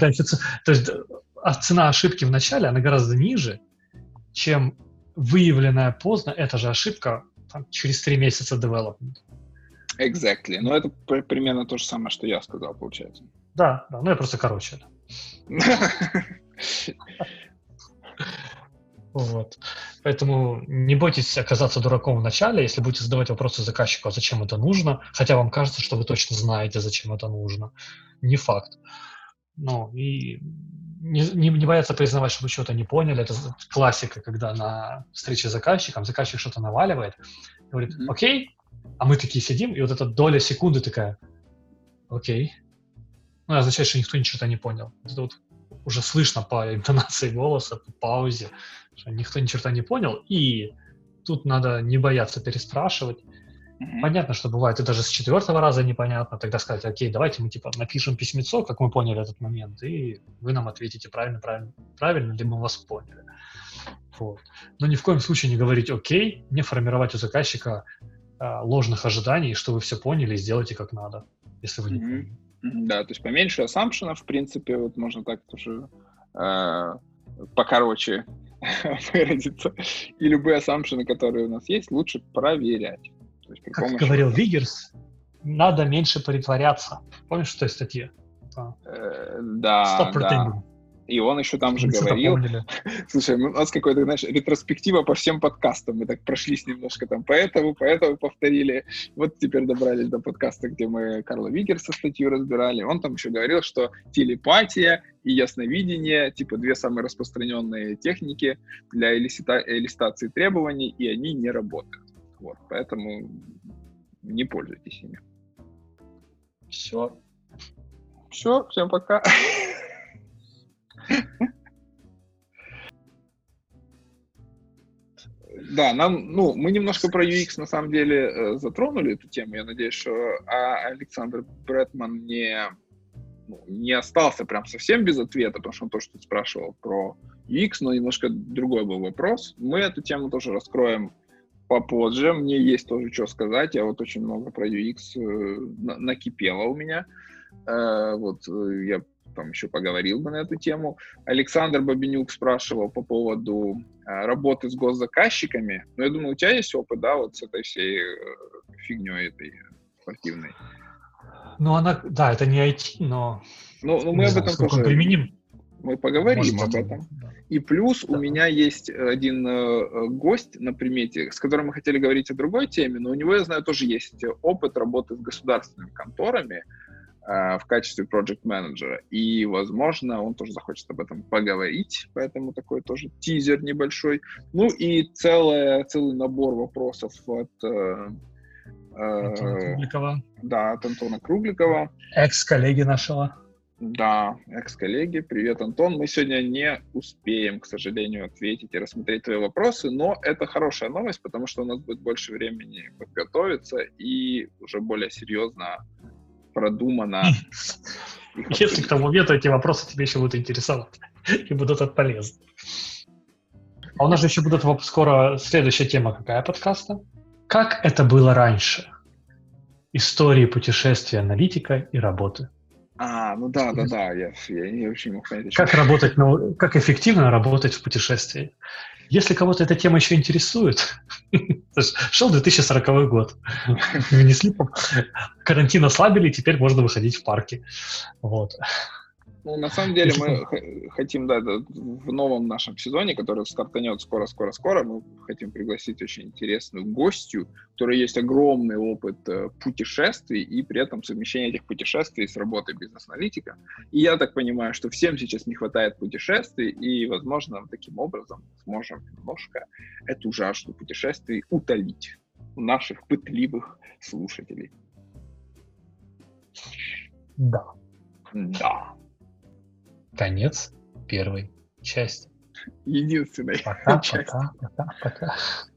цена ошибки в начале, она гораздо ниже, чем выявленная поздно эта же ошибка через 3 месяца development. Exactly. Но это примерно то же самое, что я сказал, получается. Да, я просто короче. Вот. Поэтому не бойтесь оказаться дураком в начале, если будете задавать вопросы заказчику, а зачем это нужно, хотя вам кажется, что вы точно знаете, зачем это нужно. Не факт. И не бояться признавать, что вы что-то не поняли. Это классика, когда на встрече с заказчиком заказчик что-то наваливает, говорит, окей, а мы такие сидим, и вот эта доля секунды такая, окей. Означает, что никто ничего не понял. Это вот уже слышно по интонации голоса, по паузе, что никто ничего не понял, и тут надо не бояться переспрашивать. Понятно, что бывает и даже с 4-го раза непонятно, тогда сказать, окей, давайте мы напишем письмецо, как мы поняли этот момент, и вы нам ответите правильно ли мы вас поняли. Вот. Но ни в коем случае не говорить окей, не формировать у заказчика ложных ожиданий, что вы все поняли и сделайте как надо, если вы не поняли. Да, то есть поменьше ассампшенов, в принципе, вот можно так тоже покороче выразиться. И любые ассампшены, которые у нас есть, лучше проверять. То есть, как говорил Виггерс, надо меньше притворяться. Помнишь в той статье? Да, да. И он еще там же говорил... Слушай, у нас какой-то, ретроспектива по всем подкастам. Мы так прошлись немножко там по этому повторили. Вот теперь добрались до подкаста, где мы Карла Виггерса статью разбирали. Он там еще говорил, что телепатия и ясновидение, 2 самые распространенные техники для элистации требований, и они не работают. Вот, поэтому не пользуйтесь ими. Все, всем пока. Да, мы немножко про UX на самом деле затронули эту тему. Я надеюсь, что Александр Бретман не остался прям совсем без ответа, потому что он тоже тут спрашивал про UX, но немножко другой был вопрос. Мы эту тему тоже раскроем попозже. Мне есть тоже что сказать. Я вот очень много про UX накипело у меня. Вот я там еще поговорил бы на эту тему. Александр Бабенюк спрашивал по поводу работы с госзаказчиками. Но я думаю, у тебя есть опыт, да, вот с этой всей фигней этой спортивной? Это не IT, но... мы об этом тоже... применим. Мы поговорим об этом. Да. И плюс у меня есть один гость на примете, с которым мы хотели говорить о другой теме, но у него, я знаю, тоже есть опыт работы с государственными конторами в качестве проект-менеджера. И, возможно, он тоже захочет об этом поговорить, поэтому такой тоже тизер небольшой. И целый набор вопросов от Антона Кругликова. Да, от Антона Кругликова. Экс-коллеги нашего. Да, экс-коллеги. Привет, Антон. Мы сегодня не успеем, к сожалению, ответить и рассмотреть твои вопросы, но это хорошая новость, потому что у нас будет больше времени подготовиться и уже более серьезно, продуманно. Если к тому моменту эти вопросы тебе еще будут интересовать и будут полезны. А у нас же еще будет скоро следующая тема какая подкаста? Как это было раньше? Истории путешествия аналитика и работы. Да. Я не очень мог понять. Как эффективно работать в путешествии. Если кого-то эта тема еще интересует, шел 2040 год. Карантин ослабили, теперь можно выходить в парки. Вот. Ну, на самом деле мы хотим, да, в новом нашем сезоне, который стартанет скоро-скоро-скоро, мы хотим пригласить очень интересную гостью, у которой есть огромный опыт путешествий и при этом совмещение этих путешествий с работой бизнес-аналитика. И я так понимаю, что всем сейчас не хватает путешествий, и, возможно, таким образом сможем немножко эту жажду путешествий утолить у наших пытливых слушателей. Да. Да. Конец первой части. Единственной части. Пока.